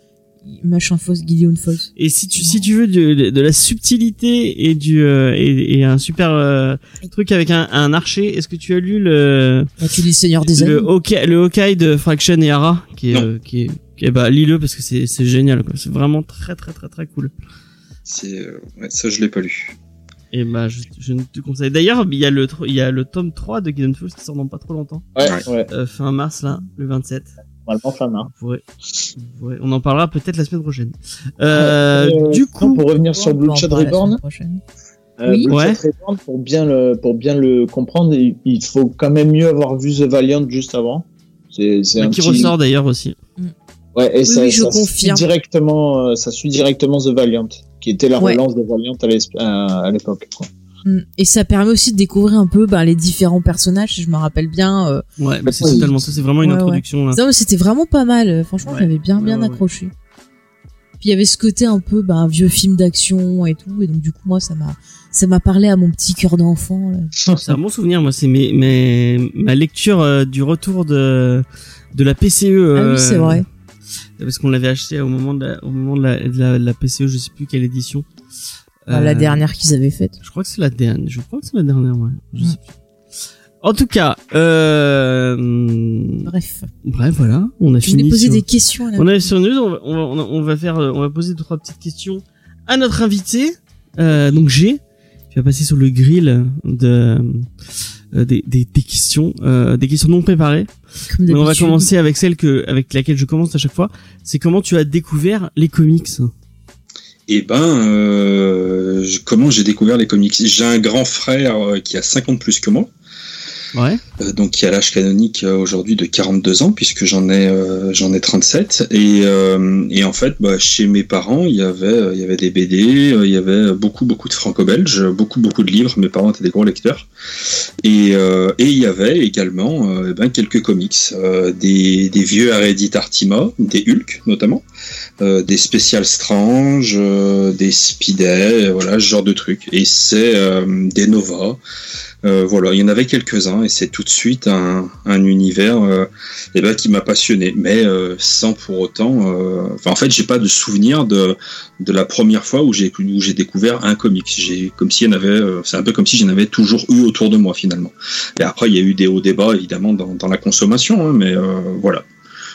machin Falls, Gideon Falls. Et si tu si tu veux de, de la subtilité et du euh, et, et un super euh, truc avec un, un archer, est-ce que tu as lu le bah, tu lis Seigneur des le Hawkeye, le Hawkeye de Fraction et Hara qui est euh, qui est qui est bah lis-le parce que c'est c'est génial quoi. C'est vraiment très très très très cool. C'est euh, ouais, ça je l'ai pas lu. Et bah je, je ne te conseille. D'ailleurs, il y a le il y a le tome trois de Gideon Falls qui sort dans pas trop longtemps. Ouais, ouais. Euh, fin mars là, le vingt-sept. Normalement fin mars. Ouais. Ouais. On en parlera peut-être la semaine prochaine. Euh, euh du coup, pour revenir sur Bloodshot Reborn, euh, oui. Bloodshot Ouais. Reborn, pour bien le pour bien le comprendre, il, il faut quand même mieux avoir vu The Valiant juste avant. C'est c'est bah, un qui petit... ressort d'ailleurs aussi. Ouais, et oui, ça, oui, je ça confirme. suit directement, euh, ça suit directement The Valiant, qui était la ouais. relance de Valiant à, à l'époque. Quoi. Et ça permet aussi de découvrir un peu ben, les différents personnages, si je me rappelle bien. Euh... Ouais, bah, c'est oui. totalement ça, c'est vraiment une ouais, introduction. Ouais. Là. Non, mais c'était vraiment pas mal. Franchement, ouais. j'avais bien bien ouais, accroché. Ouais. Puis il y avait ce côté un peu ben, vieux film d'action et tout, et donc du coup moi ça m'a ça m'a parlé à mon petit cœur d'enfant. Là. C'est un bon souvenir, moi, c'est mes, mes ma lecture euh, du retour de de la P C E. Euh, ah oui, c'est vrai. Parce qu'on l'avait acheté au moment de la, au moment de la, de la, de la P C E, je sais plus quelle édition. Euh, la dernière qu'ils avaient faite. Je crois que c'est la dernière. Je crois que c'est la dernière, ouais. Je mmh. sais plus. En tout cas, euh... bref. Bref, voilà, on a je fini. On a posé sur... des questions. À la on a sur news, on va, on va, on va faire, on va poser deux trois petites questions à notre invité. Euh, donc G, tu vas passer sur le grill de euh, des, des, des questions, euh, des questions non préparées. Mais on va commencer avec celle que, avec laquelle je commence à chaque fois. C'est comment tu as découvert les comics. Eh ben, euh, comment j'ai découvert les comics? J'ai un grand frère euh, qui a cinquante plus que moi. Ouais. Euh, donc qui a l'âge canonique euh, aujourd'hui de quarante-deux ans puisque j'en ai euh, j'en ai trente-sept et euh, et en fait bah, chez mes parents il y avait euh, il y avait des B D, euh, il y avait beaucoup beaucoup de franco-belges, beaucoup beaucoup de livres, mes parents étaient des gros lecteurs et euh, et il y avait également euh, eh ben quelques comics, euh, des des vieux Heredit Artima, des Hulk notamment, euh, des Special Strange, euh, des Speeday, voilà ce genre de trucs et c'est euh, des Nova. Euh, voilà, il y en avait quelques-uns et c'est tout de suite un, un univers euh, eh ben, qui m'a passionné, mais euh, sans pour autant. Euh, enfin, en fait, j'ai pas de souvenir de de la première fois où j'ai où j'ai découvert un comics. J'ai comme s'il y en avait, euh, c'est un peu comme si j'en avais toujours eu autour de moi finalement. Et après, il y a eu des hauts débats évidemment dans, dans la consommation, hein, mais euh, voilà.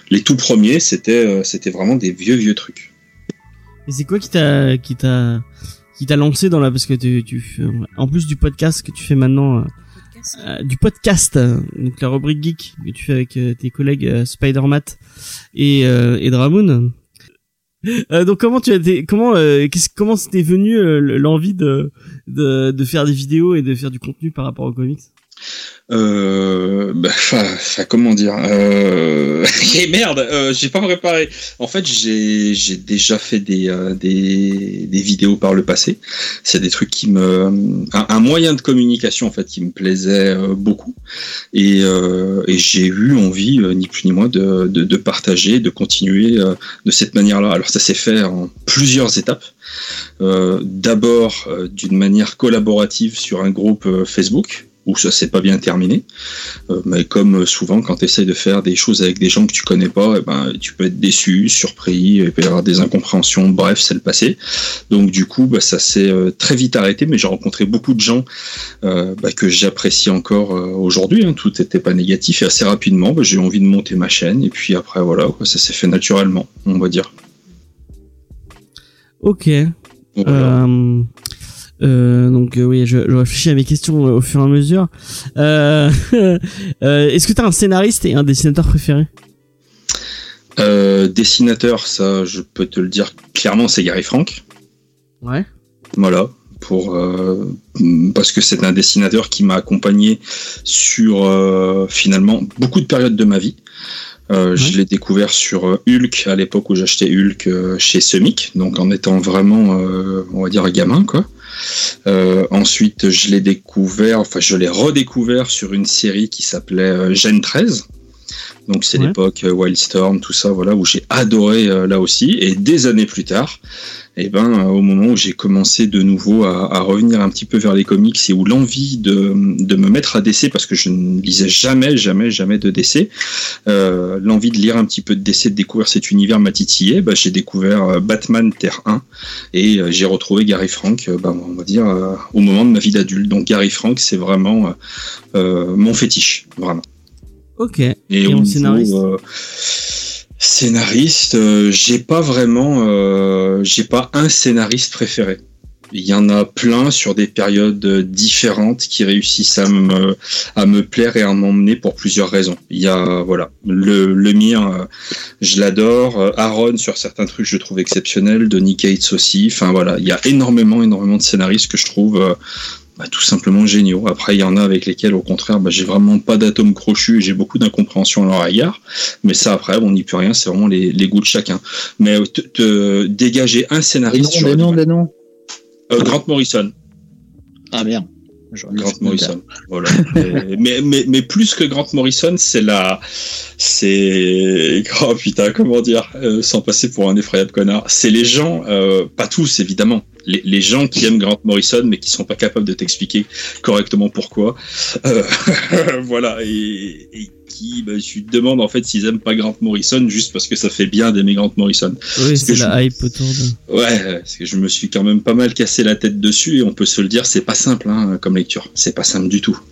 Les tout premiers, c'était euh, c'était vraiment des vieux vieux trucs. Et c'est quoi qui t'a qui t'a qui t'a lancé dans la parce que tu tu en plus du podcast que tu fais maintenant. Euh... Euh, du podcast, euh, donc la rubrique geek que tu fais avec euh, tes collègues euh, Spider-Mat et euh, et Dramoon. Euh, donc comment tu as été, comment euh, qu'est-ce, comment c'était venu euh, l'envie de, de de faire des vidéos et de faire du contenu par rapport aux comics? Euh, bah, enfin, comment dire, euh, et merde, euh, j'ai pas préparé. En fait, j'ai, j'ai déjà fait des, euh, des, des vidéos par le passé. C'est des trucs qui me, un, un moyen de communication, en fait, qui me plaisait euh, beaucoup. Et, euh, et j'ai eu envie, euh, ni plus ni moins, de, de, de partager, de continuer euh, de cette manière-là. Alors, ça s'est fait en plusieurs étapes. Euh, d'abord, euh, d'une manière collaborative sur un groupe euh, Facebook, où ça s'est pas bien terminé, euh, mais comme souvent quand tu essaies de faire des choses avec des gens que tu connais pas, eh ben, tu peux être déçu, surpris, il peut y avoir des incompréhensions, bref, c'est le passé. Donc du coup, bah, ça s'est euh, très vite arrêté, mais j'ai rencontré beaucoup de gens euh, bah, que j'apprécie encore euh, aujourd'hui, hein, tout n'était pas négatif, et assez rapidement, bah, j'ai eu envie de monter ma chaîne, et puis après, voilà, quoi, ça s'est fait naturellement, on va dire. Ok. Voilà. Euh... Euh, donc euh, oui, je, je réfléchis à mes questions euh, au fur et à mesure. Euh, euh, est-ce que t'as un scénariste et un dessinateur préféré? euh, Dessinateur, ça, je peux te le dire clairement, c'est Gary Frank. Ouais. Voilà. Pour euh, parce que c'est un dessinateur qui m'a accompagné sur euh, finalement beaucoup de périodes de ma vie. Euh, ouais. Je l'ai découvert sur Hulk à l'époque où j'achetais Hulk euh, chez Semic, donc en étant vraiment, euh, on va dire, gamin, quoi. Euh, ensuite, je l'ai découvert, enfin, je l'ai redécouvert sur une série qui s'appelait euh, Gen treize. Donc, c'est ouais. l'époque euh, Wildstorm, tout ça, voilà, où j'ai adoré euh, là aussi. Et des années plus tard, et ben, euh, au moment où j'ai commencé de nouveau à, à revenir un petit peu vers les comics et où l'envie de, de me mettre à D C, parce que je ne lisais jamais, jamais, jamais de D C, euh, l'envie de lire un petit peu de D C, de découvrir cet univers m'a titillé, bah, j'ai découvert euh, Batman Terre un et euh, j'ai retrouvé Gary Frank, euh, bah, on va dire, euh, au moment de ma vie d'adulte. Donc Gary Frank, c'est vraiment euh, mon fétiche, vraiment. Ok. Et, et au niveau, scénariste euh, Scénariste, euh, j'ai pas vraiment, euh, j'ai pas un scénariste préféré. Il y en a plein sur des périodes différentes qui réussissent à me, à me plaire et à m'emmener pour plusieurs raisons. Il y a, voilà, le, le mien, euh, je l'adore. Aaron, sur certains trucs, je le trouve exceptionnel. Donny Cates aussi. Enfin, voilà, il y a énormément, énormément de scénaristes que je trouve, euh, bah, tout simplement géniaux. Après, il y en a avec lesquels, au contraire, bah, j'ai vraiment pas d'atome crochu et j'ai beaucoup d'incompréhension à leur égard. Mais ça, après, on n'y peut rien, c'est vraiment les, les goûts de chacun. Mais te, te dégager un scénariste... Des noms, des noms, euh, Grant Morrison. Ah merde. Grant Morrison, voilà. mais, mais, mais, mais plus que Grant Morrison, c'est la, c'est, oh putain, comment dire, euh, sans passer pour un effroyable connard, c'est les gens, euh, pas tous évidemment, les, les gens qui aiment Grant Morrison mais qui sont pas capables de t'expliquer correctement pourquoi, euh, voilà, et, et qui, bah, je te demande en fait s'ils aiment pas Grant Morrison juste parce que ça fait bien d'aimer Grant Morrison. Oui, c'est la je... hype autour de... Ouais, parce que je me suis quand même pas mal cassé la tête dessus et on peut se le dire, c'est pas simple hein, comme lecture, c'est pas simple du tout.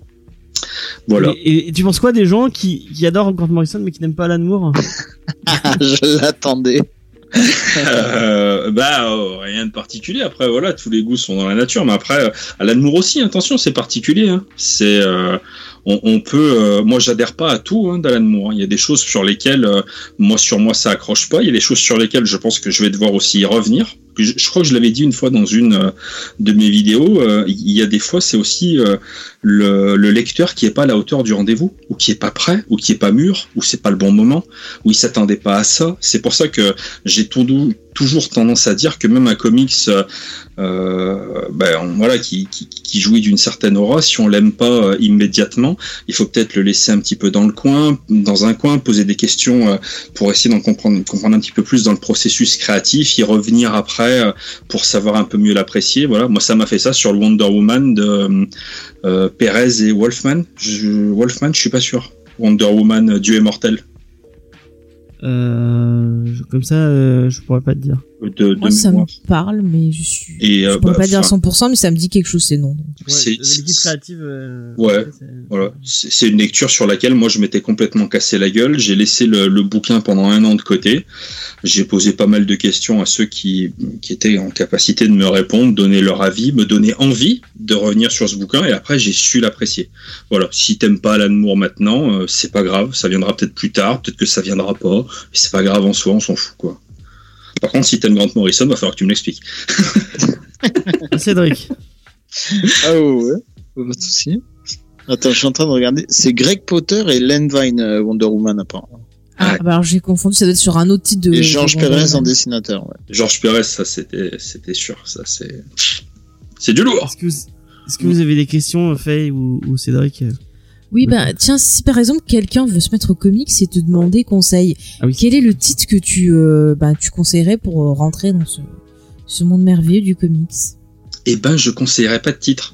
Voilà. Et, et tu penses quoi des gens qui, qui adorent Grant Morrison mais qui n'aiment pas Alan Moore? Je l'attendais. euh, bah oh, rien de particulier. Après voilà, tous les goûts sont dans la nature, mais après Alan Moore aussi, attention, c'est particulier. Hein. C'est euh, on, on peut. Euh, moi, j'adhère pas à tout hein, d'Alan Moore. Hein. Il y a des choses sur lesquelles euh, moi sur moi ça accroche pas. Il y a des choses sur lesquelles je pense que je vais devoir aussi y revenir. Je, je crois que je l'avais dit une fois dans une euh, de mes vidéos. Euh, il y a des fois, c'est aussi euh, le, le lecteur qui est pas à la hauteur du rendez-vous, ou qui est pas prêt, ou qui est pas mûr, ou c'est pas le bon moment, ou il s'attendait pas à ça. C'est pour ça que j'ai tout doux, toujours tendance à dire que même un comics, euh, ben voilà, qui, qui, qui jouit d'une certaine aura, si on l'aime pas euh, immédiatement, il faut peut-être le laisser un petit peu dans le coin, dans un coin, poser des questions euh, pour essayer d'en comprendre, comprendre un petit peu plus dans le processus créatif, y revenir après euh, pour savoir un peu mieux l'apprécier. Voilà, moi ça m'a fait ça sur le Wonder Woman de euh, Perez et Wolfman. Je, Wolfman, je suis pas sûr. Wonder Woman, Dieu est mortel. Euh, comme ça, euh, je pourrais pas te dire. de, de Moi, ça mémoire. me parle, mais je suis. Et, je euh, pourrais bah, pas dire à enfin, cent pour cent, mais ça me dit quelque chose, ces noms. C'est- Ouais, c'est- l'équipe créative. euh, Ouais. c'est- Voilà, c'est c'est une lecture sur laquelle moi je m'étais complètement cassé la gueule. J'ai laissé le, le bouquin pendant un an de côté. J'ai posé pas mal de questions à ceux qui, qui étaient en capacité de me répondre, donner leur avis, me donner envie de revenir sur ce bouquin. Et après, j'ai su l'apprécier. Voilà, si t'aimes pas Alan Moore maintenant, euh, c'est pas grave. Ça viendra peut-être plus tard, peut-être que ça viendra pas. C'est pas grave en soi, on s'en fout quoi. Par contre, si t'aimes Grant Morrison, va falloir que tu me l'expliques. Cédric. Ah ouais, ouais, pas de souci. Attends, je suis en train de regarder. C'est Greg Potter et Len Wein, euh, Wonder Woman, apparemment. Ah, Ouais. bah alors j'ai confondu, ça doit être sur un autre titre de. Et Georges de Wonder Pérez en Woman. dessinateur, ouais. Georges Pérez, ça c'était, c'était sûr. Ça c'est, c'est du lourd. Est-ce que vous, est-ce que vous avez des questions, Faye ou, ou Cédric? Oui, bah tiens, si par exemple quelqu'un veut se mettre au comics et te demander conseil, Ah oui. quel est le titre que tu, euh, bah, tu conseillerais pour euh, rentrer dans ce, ce monde merveilleux du comics? Eh ben, je conseillerais pas de titre.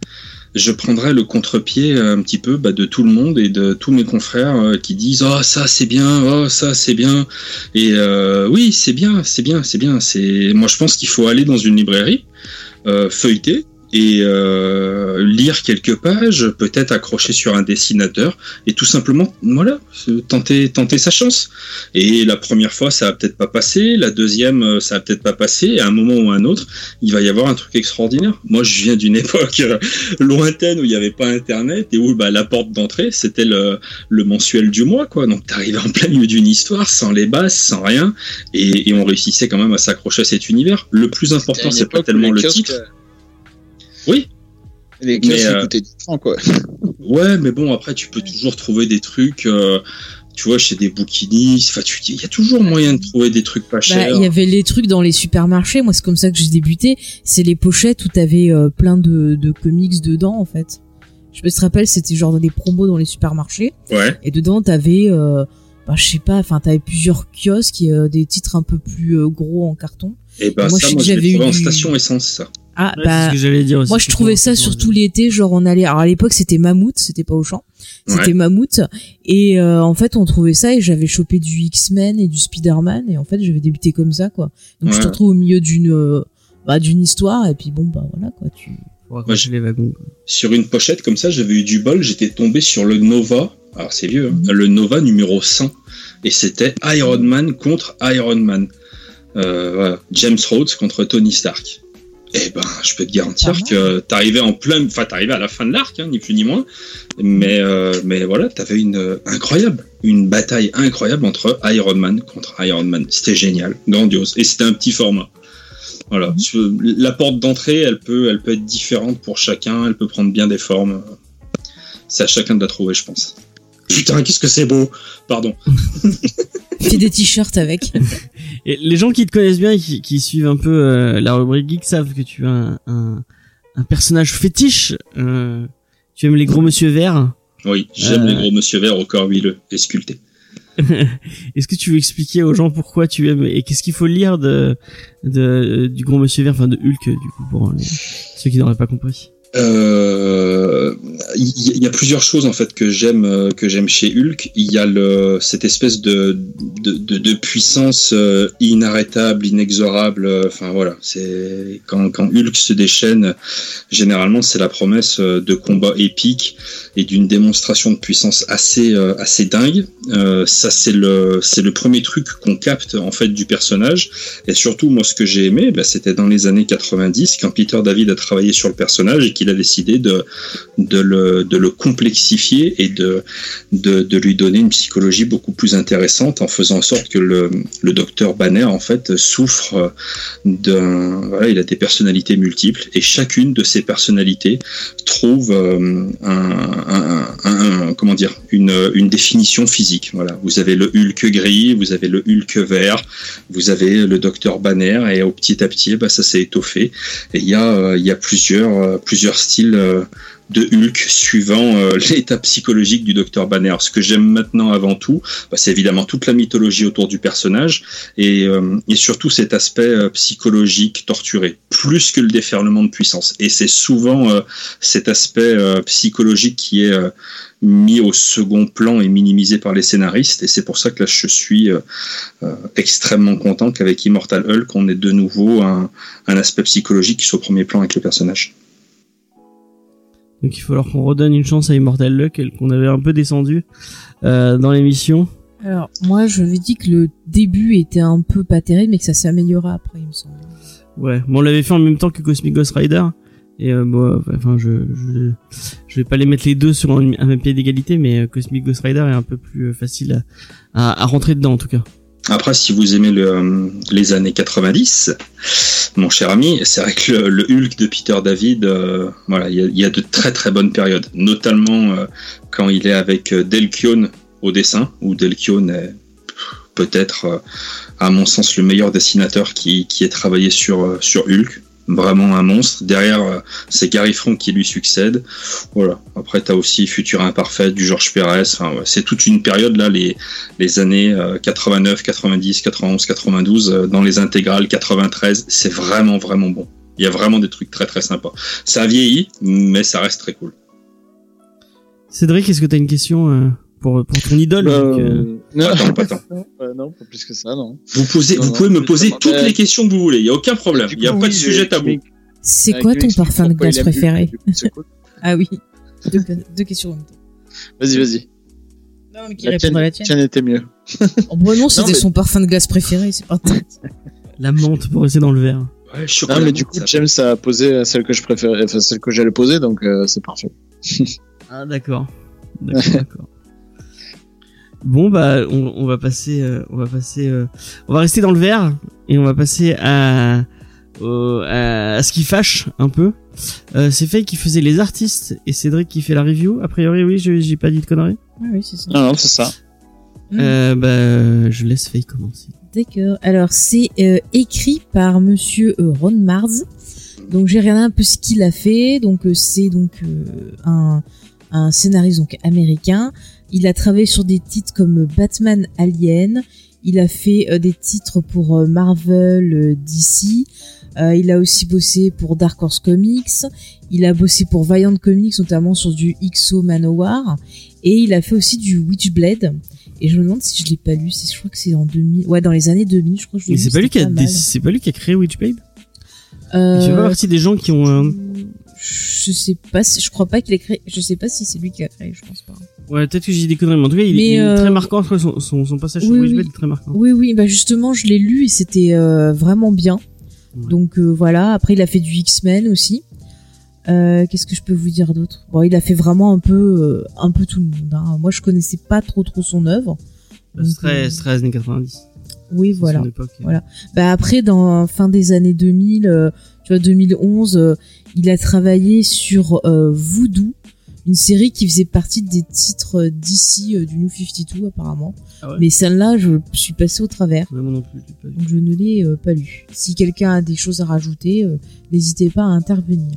Je prendrais le contre-pied euh, un petit peu bah, de tout le monde et de tous mes confrères euh, qui disent oh ça c'est bien, oh ça c'est bien. Et euh, oui c'est bien, c'est bien, c'est bien. C'est moi je pense qu'il faut aller dans une librairie, euh, feuilleter et euh, lire quelques pages, peut-être accrocher sur un dessinateur et tout simplement voilà tenter tenter sa chance. Et la première fois ça va peut-être pas passer, la deuxième ça va peut-être pas passer, et à un moment ou à un autre il va y avoir un truc extraordinaire. Moi je viens d'une époque euh, lointaine où il n'y avait pas internet et où bah, la porte d'entrée c'était le, le mensuel du mois quoi. Donc t'arrivais en plein milieu d'une histoire sans les bases, sans rien, et, et on réussissait quand même à s'accrocher à cet univers. Le plus important c'est pas tellement le titre. Oui. Les kiosques Mais, euh, coûtaient dix francs, quoi. Ouais, mais bon, après, tu peux toujours trouver des trucs, euh, tu vois, chez des bouquinistes. Enfin, tu- il y a toujours moyen de trouver des trucs pas Bah, chers. il y avait les trucs dans les supermarchés. Moi, c'est comme ça que j'ai débuté. C'est les pochettes où t'avais euh, plein de, de comics dedans, en fait. Je me rappelle, c'était genre des promos dans les supermarchés. Ouais. Et dedans, t'avais, euh, bah, je sais pas, enfin, t'avais plusieurs kiosques et euh, des titres un peu plus euh, gros en carton. Et ben, Moi, je ça, sais moi, que je l'ai j'avais trouvé eu en du- station essence, ça. Ah, Ouais, bah. c'est ce que j'allais dire aussi. Moi, je trouvais ça surtout l'été, genre on allait. Alors à l'époque, c'était Mammouth, c'était pas Auchan, c'était Ouais. Mammouth, et euh, en fait, on trouvait ça et j'avais chopé du X-Men et du Spider-Man, et en fait, j'avais débuté comme ça, quoi. Donc je te Ouais. retrouve au milieu d'une, euh, bah, d'une histoire, et puis bon, bah voilà, quoi. Tu. Pour accrocher les wagons. quoi. Sur une pochette comme ça, j'avais eu du bol, j'étais tombé sur le Nova. Alors, c'est vieux, hein, Mhm. le Nova numéro cent. Et c'était Iron Man contre Iron Man. Euh, voilà. James Rhodes contre Tony Stark. Eh ben, je peux te garantir Pas mal. que t'arrivais en plein, enfin, t'arrivais à la fin de l'arc, hein, ni plus ni moins. Mais, euh, mais voilà, t'avais une euh, incroyable, une bataille incroyable entre Iron Man contre Iron Man. C'était génial, grandiose. Et c'était un petit format. Voilà. Mhm. Sur- La porte d'entrée, elle peut, elle peut être différente pour chacun. Elle peut prendre bien des formes. C'est à chacun de la trouver, je pense. Putain, qu'est-ce que c'est beau. Pardon. Fais des t-shirts avec. Et les gens qui te connaissent bien et qui, qui suivent un peu euh, la rubrique geek savent que tu as un, un, un personnage fétiche. Euh, tu aimes les gros monsieur verts. Oui, j'aime Euh. les gros monsieur verts au corps huileux et sculptés. Est-ce que tu veux expliquer aux gens pourquoi tu aimes et qu'est-ce qu'il faut lire de, de du gros monsieur vert, enfin de Hulk du coup pour les, ceux qui n'auraient pas compris. Euh, Il y, y a plusieurs choses en fait que j'aime euh, que j'aime chez Hulk. Il y a le cette espèce de de, de, de puissance euh, inarrêtable, inexorable. euh, Enfin voilà, c'est quand quand Hulk se déchaîne, généralement c'est la promesse euh, de combats épiques et d'une démonstration de puissance assez euh, assez dingue. Euh, ça c'est le c'est le premier truc qu'on capte en fait du personnage. Et surtout moi ce que j'ai aimé, bah, c'était dans les années quatre-vingt-dix quand Peter David a travaillé sur le personnage et qu'il a décidé de de le de le complexifier et de de de lui donner une psychologie beaucoup plus intéressante en faisant en sorte que le le docteur Banner en fait souffre d'un voilà, il a des personnalités multiples et chacune de ces personnalités trouve euh, un, un, un, un comment dire une une définition physique. Voilà, vous avez le Hulk gris, vous avez le Hulk vert, vous avez le docteur Banner et au petit à petit bah ça s'est étoffé et il y a euh, il y a plusieurs euh, plusieurs styles euh, de Hulk suivant euh, l'état psychologique du docteur Banner. Ce que j'aime maintenant avant tout, bah, c'est évidemment toute la mythologie autour du personnage et, euh, et surtout cet aspect euh, psychologique torturé, plus que le déferlement de puissance. Et c'est souvent euh, cet aspect euh, psychologique qui est euh, mis au second plan et minimisé par les scénaristes. Et c'est pour ça que là, je suis euh, euh, extrêmement content qu'avec Immortal Hulk, on ait de nouveau un, un aspect psychologique qui soit au premier plan avec le personnage. Donc il faut alors qu'on redonne une chance à Immortal Hulk qu'on avait un peu descendu euh, dans l'émission. Alors moi je lui dis que le début était un peu pas terrible mais que ça s'est amélioré après il me semble. Ouais, bon on l'avait fait en même temps que Cosmic Ghost Rider et euh, bon enfin je, je je vais pas les mettre les deux sur un, un même pied d'égalité mais euh, Cosmic Ghost Rider est un peu plus facile à, à, à rentrer dedans en tout cas. Après, si vous aimez le, les années quatre-vingt-dix, mon cher ami, c'est vrai que le, le Hulk de Peter David, euh, voilà, il y a, y a de très très bonnes périodes, notamment euh, quand il est avec Dale Keown au dessin, où Dale Keown est peut-être, euh, à mon sens, le meilleur dessinateur qui, qui ait travaillé sur, sur Hulk. Vraiment un monstre. Derrière, euh, c'est Gary Frank qui lui succède. Voilà. Après, t'as aussi Future Imparfaite du George Pérez. Enfin, ouais, c'est toute une période là, les les années euh, quatre-vingt-neuf, quatre-vingt-dix, quatre-vingt-onze, quatre-vingt-douze, euh, dans les intégrales quatre-vingt-treize, c'est vraiment vraiment bon. Il y a vraiment des trucs très très sympas. Ça a vieilli, mais ça reste très cool. Cédric, est-ce que t'as une question euh, pour pour ton idole Bah, donc, euh... non, Attends, pas tant. euh, non, pas plus que ça, non. Vous posez, Non, vous non, pouvez me je poser demandais- toutes les questions que vous voulez. Il y a aucun problème. Il y a pas de sujet tabou. C'est Ah, quoi qui ton m'explique parfum de pourquoi glace il aime Hulk, préféré? du coup, c'est cool. Ah oui, deux, deux questions en même temps. Vas-y, vas-y. Non mais qui La répond tienne, à la tienne. tienne était mieux. Oh, bah non, c'était mais- son parfum de glace préféré, c'est pas la menthe pour rester dans le verre. Ouais, chocolat Non, mais menthe, du coup, ça. James a posé celle que je préférais, enfin, celle que j'allais poser, donc euh, c'est parfait. Ah d'accord. D'accord, d'accord. Bon bah on, on va passer euh, on va passer euh, on va rester dans le vert et on va passer à au- à, à ce qui fâche un peu. Euh, c'est Faye qui faisait les artistes et Cédric qui fait la review. A priori oui, je j'ai pas dit de conneries. Oui, oui, c'est ça. Non, non, c'est ça. Mm. Euh, bah je laisse Faye commencer. D'accord. Alors, c'est euh, écrit par monsieur euh, Ron Mars. Donc, j'ai regardé un peu ce qu'il a fait. Donc, euh, c'est donc euh, un, un scénariste donc américain. Il a travaillé sur des titres comme Batman Alien. Il a fait euh, des titres pour euh, Marvel, euh, D C. Euh, il a aussi bossé pour Dark Horse Comics. Il a bossé pour Valiant Comics, notamment sur du X O Manowar. Et il a fait aussi du Witchblade. Et je me demande si je l'ai pas lu, c'est, je crois que c'est en deux mille, ouais, dans les années deux mille, je crois que je l'ai Mais lu. c'est pas lui qui a c'était dé- mal. c'est pas lui qui a créé Witchblade. Euh, Il fait pas partie des gens qui ont un... je sais pas si, je crois pas qu'il a créé, je sais pas si c'est lui qui l'a créé, je pense pas. Ouais, peut-être que j'ai dit des conneries, mais en tout cas, il, Mais, il est euh, très marquant. Je crois que son, son, son passage sur oui, Witchblade oui. est très marquant. Oui, oui, bah justement, je l'ai lu et c'était euh, vraiment bien. Ouais. Donc euh, voilà, après il a fait du X-Men aussi. Euh, qu'est-ce que je peux vous dire d'autre? Bon, il a fait vraiment un peu, euh, un peu tout le monde. Hein. Moi, je connaissais pas trop trop son œuvre. C'est Donc, très, euh, c'est très années quatre-vingt-dix. Oui, C'est voilà. son époque. Voilà. Bah après, dans fin des années deux mille, euh, tu vois, deux mille onze, euh, il a travaillé sur euh, Voodoo, une série qui faisait partie des titres euh, d'ici euh, du New cinquante-deux apparemment. Ah ouais. Mais celle-là, je suis passée au travers, Ouais, moi non plus, je l'ai pas vu. donc je ne l'ai euh, pas lu. Si quelqu'un a des choses à rajouter, euh, n'hésitez pas à intervenir.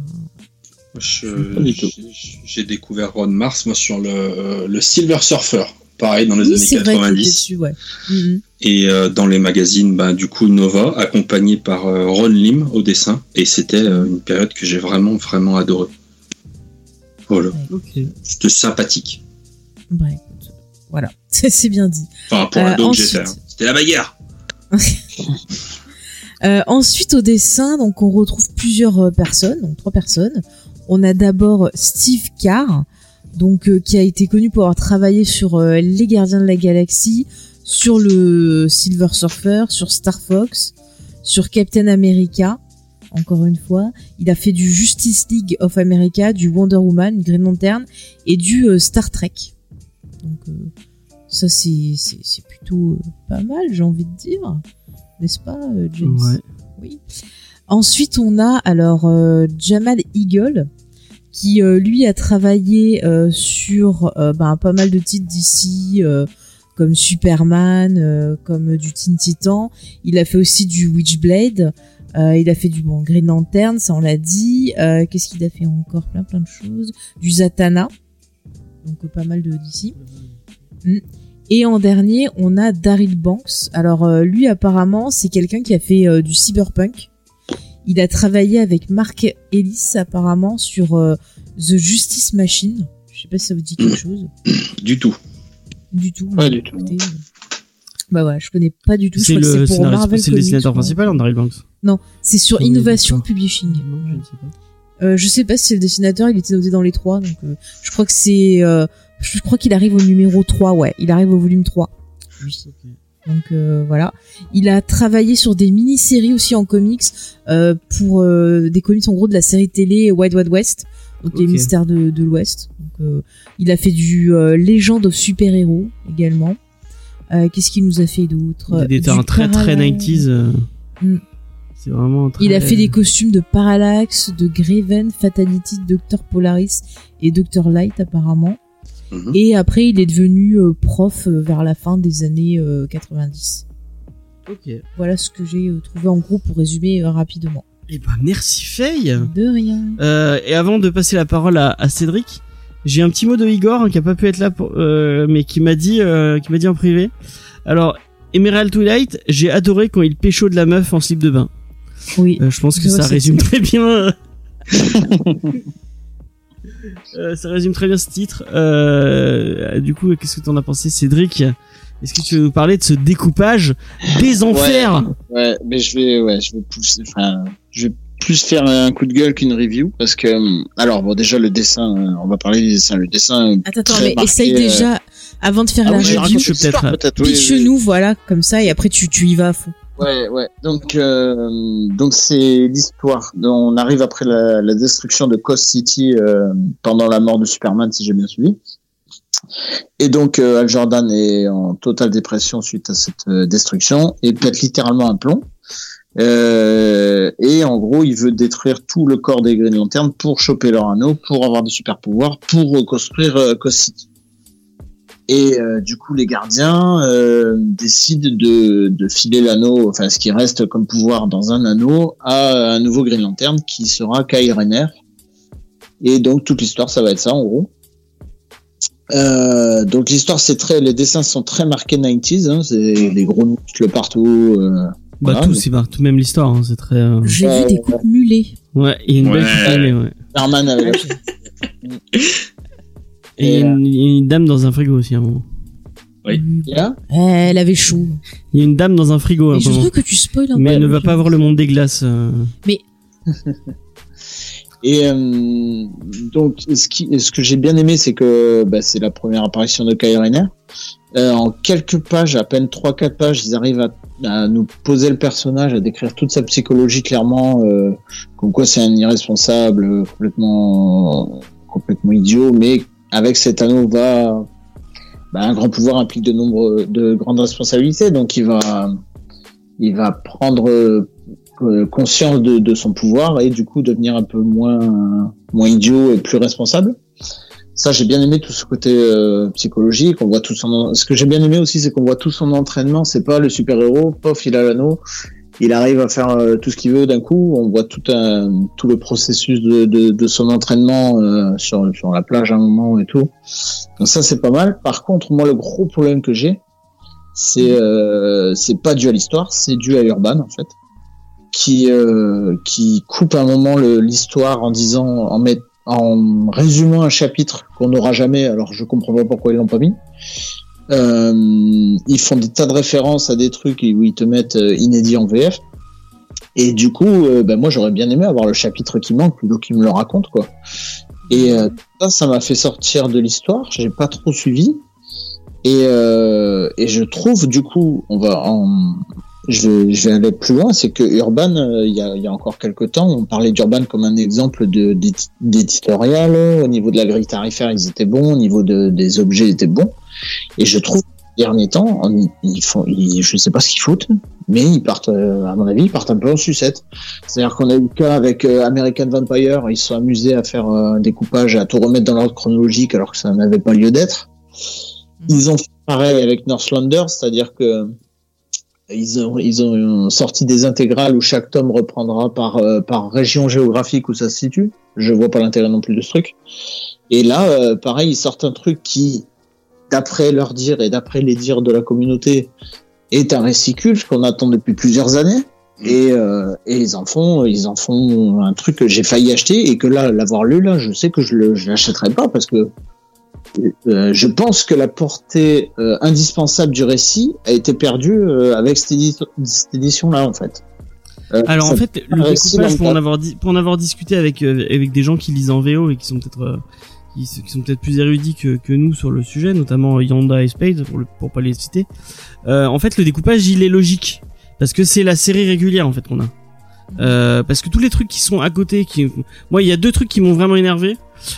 Je- Pas du tout. j'ai- J'ai découvert Ron Mars, moi, sur le, euh, le Silver Surfer. Pareil, dans les Oui, années c'est vrai qu'il était quatre-vingt-dix. dessus, ouais. Mhm. Et euh, dans les magazines, ben, du coup, Nova, accompagné par euh, Ron Lim au dessin. Et c'était euh, une période que j'ai vraiment, vraiment adoré. Voilà. Ok. C'était sympathique. Bah écoute, voilà, c'est bien dit. Enfin, pour Euh, l'ado que ensuite- j'étais. hein. C'était la bagarre. Euh, ensuite, au dessin, donc on retrouve plusieurs euh, personnes, donc trois personnes. On a d'abord Steve Carr, donc euh, qui a été connu pour avoir travaillé sur euh, Les Gardiens de la Galaxie, sur le Silver Surfer, sur Star Fox, sur Captain America. Encore une fois, il a fait du Justice League of America, du Wonder Woman, du Green Lantern et du euh, Star Trek. Donc euh, ça c'est c'est c'est plutôt euh, pas mal, j'ai envie de dire, n'est-ce pas, euh, James? Ouais. Oui. Ensuite, on a alors euh, Jamal Eagle qui euh, lui a travaillé euh, sur euh, ben, pas mal de titres d'ici euh, comme Superman, euh, comme du Teen Titan. Il a fait aussi du Witchblade. Euh, il a fait du bon Green Lantern, ça on l'a dit. Euh, qu'est-ce qu'il a fait encore? Plein plein de choses. Du Zatanna, donc euh, pas mal de d'ici. Mm. Et en dernier, on a Daryl Banks. Alors euh, lui, apparemment, c'est quelqu'un qui a fait euh, du cyberpunk. Il a travaillé avec Mark Ellis, apparemment, sur euh, The Justice Machine. Je sais pas si ça vous dit quelque chose. Du tout. Du tout. Pas du tout. Écoutez, euh, Bah voilà, je connais pas du tout. C'est je crois le, que c'est pour scénariste- Marvel c'est le Comics, dessinateur je crois. principal, Daryl Banks. Non, c'est sur Oui, Innovation d'accord. Publishing. Non, je ne sais pas. Euh, je sais pas si c'est le dessinateur, il était noté dans les trois, donc euh, je crois que c'est, euh, je crois qu'il arrive au numéro trois, ouais, il arrive au volume trois. Lui. Donc euh, voilà, il a travaillé sur des mini-séries aussi en comics, euh, pour euh, des comics en gros de la série télé Wild Wild West, donc les Ok. mystères de, de l'Ouest. Donc euh, il a fait du euh, Legend of Super Héros également. Euh, qu'est-ce qu'il nous a fait d'autre? Il était Du un très très Parallax. nineties. euh, Mm. C'est vraiment très... Il a fait des costumes de Parallax, de Graven, Fatality, docteur Polaris et docteur Light apparemment. Mhm. Et après, il est devenu euh, prof euh, vers la fin des années euh, quatre-vingt-dix. Ok. Voilà ce que j'ai euh, trouvé en gros pour résumer euh, rapidement. Eh ben, merci Faye. De rien. Euh, et avant de passer la parole à, à Cédric, j'ai un petit mot de Igor hein, qui a pas pu être là, pour, euh, mais qui m'a dit, euh, qui m'a dit en privé. Alors, Emerald Twilight, j'ai adoré quand il pécho de la meuf en slip de bain. Oui. Euh, je pense que Je vois ça cette résume très bien. euh, ça résume très bien ce titre. Euh, du coup, qu'est-ce que t'en as pensé, Cédric? Est-ce que tu veux nous parler de ce découpage des enfers? Ouais, mais je vais, ouais, je vais plus, enfin, je vais plus faire un coup de gueule qu'une review parce que, alors bon, déjà le dessin, euh, on va parler du dessin, le dessin. Attends, attends, très mais marqué, essaye euh, déjà, avant de faire Ah la oui, je review, raconte je l'histoire, peut-être, peut-être. oui, oui, oui. pitch-nous, voilà, comme ça, et après tu, tu y vas à fond. Ouais, ouais. Donc, euh, donc c'est l'histoire. On arrive après la, la destruction de Coast City euh, pendant la mort de Superman, si j'ai bien suivi. Et donc, euh, Hal Jordan est en totale dépression suite à cette euh, destruction et pète littéralement un plomb. Euh, et en gros, il veut détruire tout le corps des Green Lantern pour choper leur anneau, pour avoir des super pouvoirs, pour reconstruire euh, Coast City. Et euh, du coup, les gardiens euh, décident de, de filer l'anneau, enfin ce qui reste comme pouvoir dans un anneau, à un nouveau Green Lantern qui sera Kyle Rayner. Et donc toute l'histoire, ça va être ça en gros. Euh, donc l'histoire, c'est très, les dessins sont très marqués nineties, hein, c'est des gros muscles partout. Euh, Bah voilà, tout, donc- c'est bah, tout même l'histoire, hein, c'est très. euh, J'ai Ouais, vu des ouais. coupes mulets. Ouais, il y a une belle Ouais. coupe mulet, ouais. Superman avec Et il y, a une- il y a une dame dans un frigo aussi à un moment. Oui. la... Elle avait chaud. Il y a une dame dans un frigo à un Et je moment. trouve que tu spoil un peu. Mais elle ne va pas voir le monde des glaces. euh. Et euh, donc, ce, qui, ce que j'ai bien aimé, c'est que bah, c'est la première apparition de Kyle Rayner. Euh, en quelques pages, à peine trois quatre pages, ils arrivent à, à nous poser le personnage, à décrire toute sa psychologie clairement, euh, comme quoi c'est un irresponsable, euh, complètement, complètement idiot, mais avec cet anneau va, bah, un grand pouvoir implique de nombreux, de grandes responsabilités, donc il va, il va prendre euh, conscience de, de son pouvoir et du coup devenir un peu moins, moins idiot et plus responsable. Ça, j'ai bien aimé tout ce côté euh, psychologique. On voit tout son. Ce que j'ai bien aimé aussi, c'est qu'on voit tout son entraînement. C'est pas le super-héros, pof, il a l'anneau, il arrive à faire euh, tout ce qu'il veut d'un coup. On voit tout un tout le processus de de, de son entraînement euh, sur sur la plage à un moment et tout. Donc ça, c'est pas mal. Par contre, moi, le gros problème que j'ai, c'est euh, c'est pas dû à l'histoire, c'est dû à Urban en fait, qui euh, qui coupe à un moment le, l'histoire en disant en mettant en résumant un chapitre qu'on n'aura jamais, alors je comprends pas pourquoi ils l'ont pas mis. Euh, ils font des tas de références à des trucs où ils te mettent euh, inédit en V F. Et du coup, euh, ben moi j'aurais bien aimé avoir le chapitre qui manque plutôt qu'ils me le racontent quoi. Et euh, ça, ça m'a fait sortir de l'histoire. J'ai pas trop suivi. Et euh, et je trouve du coup, on va en Je vais, je vais aller plus loin, c'est que Urban, euh, il y, a, il y a encore quelques temps, on parlait d'Urban comme un exemple de, d'éditorial. Au niveau de la grille tarifaire, ils étaient bons. Au niveau de, des objets, ils étaient bons. Et je trouve que ces derniers temps, on, ils font, ils, je sais pas ce qu'ils foutent, mais ils partent, euh, à mon avis, ils partent un peu en sucette. C'est-à-dire qu'on a eu le cas avec euh, American Vampire, ils se sont amusés à faire euh, un découpage, à tout remettre dans l'ordre chronologique alors que ça n'avait pas lieu d'être. Ils ont fait pareil avec Northlander, c'est-à-dire que ils ont ils ont sorti des intégrales où chaque tome reprendra par euh, par région géographique où ça se situe. Je vois pas l'intérêt non plus de ce truc. Et là, euh, pareil, ils sortent un truc qui, d'après leur dire et d'après les dires de la communauté, est un récit culte qu'on attend depuis plusieurs années. Et, euh, et ils en font, ils en font un truc que j'ai failli acheter et que là, l'avoir lu là, je sais que je le, je l'achèterai pas parce que euh, je pense que la portée euh, indispensable du récit a été perdue euh, avec cette, édi- cette édition là en fait. Euh, Alors en fait, le découpage, pour en avoir di- pour en avoir discuté avec euh, avec des gens qui lisent en V O et qui sont peut-être euh, qui, qui sont peut-être plus érudits que que nous sur le sujet, notamment Yanda et Spade pour le, pour pas les citer. Euh, en fait, le découpage il est logique parce que c'est la série régulière en fait qu'on a. Euh, parce que tous les trucs qui sont à côté, qui, moi il y a deux trucs qui m'ont vraiment énervé.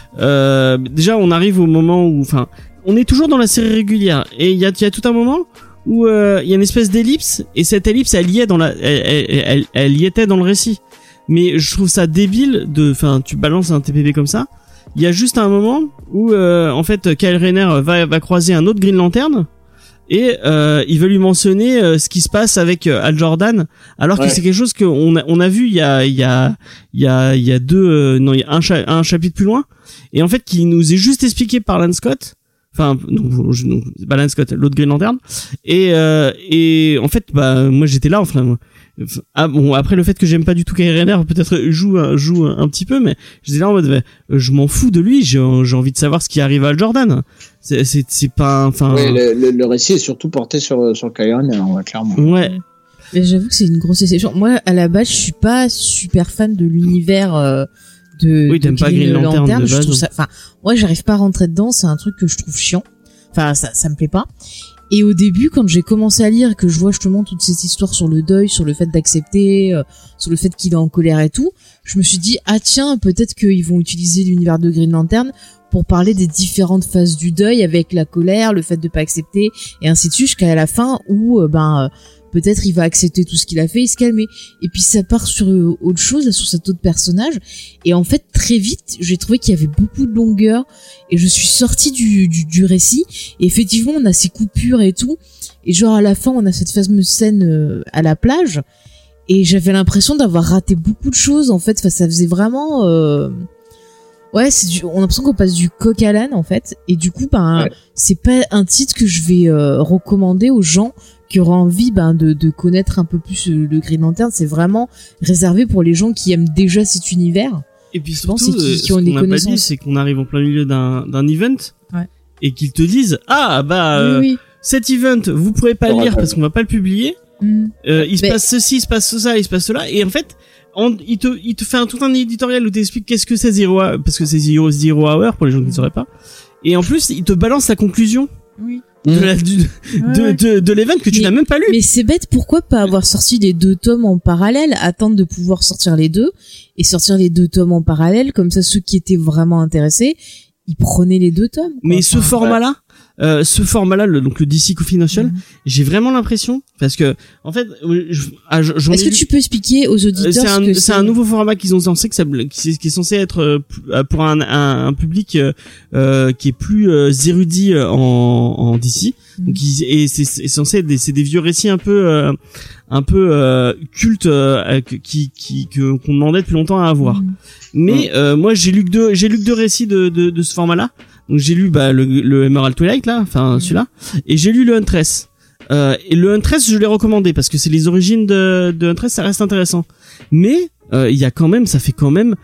Euh, déjà, on arrive au moment où, enfin, on est toujours dans la série régulière et il y a il y a tout un moment où il euh, y a une espèce d'ellipse et cette ellipse elle y est dans la elle, elle, elle, elle y était dans le récit, mais je trouve ça débile de enfin tu balances un T P B comme ça. Il y a juste un moment où euh, en fait Kyle Rayner va va croiser un autre Green Lantern et euh, il veut lui mentionner euh, ce qui se passe avec euh, Hal Jordan alors que ouais. c'est quelque chose que on a on a vu il y a il y a il y a il y a deux euh, non il y a un cha- un chapitre plus loin et en fait qui nous est juste expliqué par Lance Scott. Enfin, non, je, non, c'est pas Lance Scott, l'autre Green Lantern. Et euh, et en fait, bah moi j'étais là. Enfin, ah, bon après le fait que j'aime pas du tout Kyle Rayner, peut-être joue joue un petit peu, mais j'étais là en mode, bah, je m'en fous de lui. J'ai j'ai envie de savoir ce qui arrive à Al Jordan. C'est c'est c'est pas enfin. Ouais, le, le, le récit est surtout porté sur sur Kyle Rayner, ouais, clairement. Ouais. Mais j'avoue que c'est une grosse exception. Moi, à la base, je suis pas super fan de l'univers. Euh... de, oui, t'aimes de pas Green Lantern, Lantern de base. Enfin, moi, j'arrive pas à rentrer dedans. C'est un truc que je trouve chiant. Enfin, ça, ça me plaît pas. Et au début, quand j'ai commencé à lire, que je vois justement toute cette histoire sur le deuil, sur le fait d'accepter, euh, sur le fait qu'il est en colère et tout, je me suis dit, ah tiens, peut-être qu'ils vont utiliser l'univers de Green Lantern pour parler des différentes phases du deuil avec la colère, le fait de pas accepter, et ainsi de suite, jusqu'à la fin où, euh, ben, euh, peut-être il va accepter tout ce qu'il a fait et se calmer. Et puis ça part sur euh, autre chose, sur cet autre personnage. Et en fait, très vite, j'ai trouvé qu'il y avait beaucoup de longueur. Et je suis sortie du, du, du récit. Et effectivement, on a ces coupures et tout. Et genre, à la fin, on a cette fameuse scène euh, à la plage. Et j'avais l'impression d'avoir raté beaucoup de choses, en fait. Enfin, ça faisait vraiment... Euh... Ouais, c'est du... on a l'impression qu'on passe du coq à l'âne, en fait. Et du coup, ben, ouais. c'est pas un titre que je vais euh, recommander aux gens qui aura envie ben de, de connaître un peu plus le Green Lantern. C'est vraiment réservé pour les gens qui aiment déjà cet univers. Et puis surtout, qui, qui ont ce qu'on n'a pas dit, c'est qu'on arrive en plein milieu d'un, d'un event ouais. et qu'ils te disent ah bah oui, euh, oui. cet event vous pourrez pas le lire parce qu'on va pas le publier. Mm. Euh, il se Mais... passe ceci, il se passe ça, il se passe cela et en fait on, il te il te fait un tout un éditorial où t'explique qu'est-ce que c'est Zero Hour parce que c'est Zero Zero Hour pour les gens qui ne sauraient pas. Et en plus il te balance la conclusion. Oui. De, la, du, ouais. de, de, de l'event que tu mais, n'as même pas lu. Mais c'est bête, pourquoi pas avoir sorti les deux tomes en parallèle, attendre de pouvoir sortir les deux, et sortir les deux tomes en parallèle, comme ça ceux qui étaient vraiment intéressés, ils prenaient les deux tomes. Quoi. Mais enfin, ce format-là, euh, ce format-là, le, donc le D C Confidential, mmh. j'ai vraiment l'impression, parce que, en fait, je, ah, j'en Est-ce ai que lu... tu peux expliquer aux auditeurs c'est un, ce que c'est, c'est un nouveau format qu'ils ont lancé, qui, qui, qui est censé être euh, pour un, un, un public euh, qui est plus euh, érudit en, en D C. Mmh. Donc, ils, et c'est, c'est censé être des, c'est des vieux récits un peu, euh, un peu euh, cultes euh, qui, qui, que, qu'on demandait depuis longtemps à avoir. Mmh. Mais mmh. Euh, moi, j'ai lu que deux, j'ai lu que deux récits de, de, de ce format-là. Donc j'ai lu bah le, le Emerald Twilight là, enfin mmh. celui-là, et j'ai lu le Huntress. Euh, et le Huntress, je l'ai recommandé parce que c'est les origines de, de Huntress, ça reste intéressant. Mais il euh, y a quand même, ça fait quand même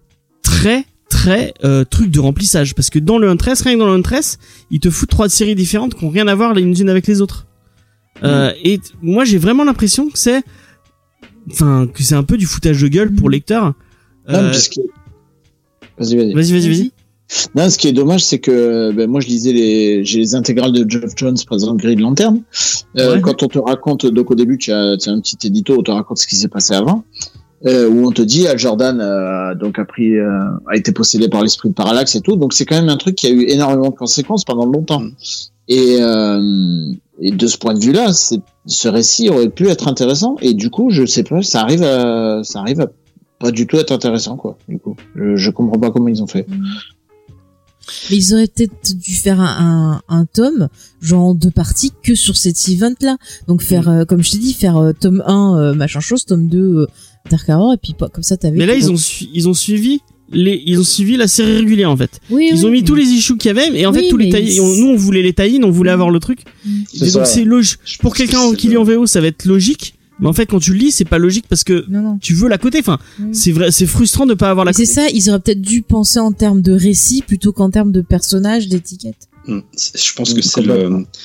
très très euh, truc de remplissage parce que dans le Huntress, rien que dans le Huntress, ils te foutent trois séries différentes qui ont rien à voir les unes avec les autres. Mmh. Euh, et t- moi j'ai vraiment l'impression que c'est, enfin que c'est un peu du foutage de gueule mmh. pour lecteurs. Euh... Non, puisque... Vas-y, vas-y. Vas-y, vas-y, vas-y. Non, ce qui est dommage, c'est que ben, moi je lisais les, j'ai les intégrales de Geoff Johns, par exemple Green Lantern. Euh, ouais. Quand on te raconte, donc au début tu as, tu as un petit édito où on te raconte ce qui s'est passé avant, euh, où on te dit Hal Jordan euh, donc a pris, euh, a été possédé par l'esprit de Parallax et tout. Donc c'est quand même un truc qui a eu énormément de conséquences pendant longtemps. Et, euh, et de ce point de vue-là, c'est, ce récit aurait pu être intéressant. Et du coup, je sais pas, ça arrive à, ça arrive à pas du tout être intéressant quoi. Du coup, je, je comprends pas comment ils ont fait. Mais ils auraient peut-être dû faire un, un, un tome, genre en deux parties, que sur cet event-là. Donc faire, euh, comme je t'ai dit, faire euh, tome un, euh, machin chose, tome deux, euh, Dark Horror, et puis comme ça t'avais... Mais là, ils ont, su- ils ont suivi... Les, ils ont suivi la série régulière en fait. Oui, ils oui, ont mis oui. tous les issues qu'il y avait et en Oui, fait tous les mais tie ils- nous on voulait les tie on voulait avoir le truc. C'est Et donc ça. c'est logique. Je Pour pense que quelqu'un c'est qui le- lit en V O, ça va être logique. Mais en fait quand tu le lis, c'est pas logique parce que Non, non. tu veux la côté. Enfin, Oui. c'est vrai, c'est frustrant de pas avoir la Mais c'est côté. ça, ils auraient peut-être dû penser en termes de récit plutôt qu'en termes de personnages, d'étiquettes. Mm. C'est- Je pense que Mm, c'est complètement. le,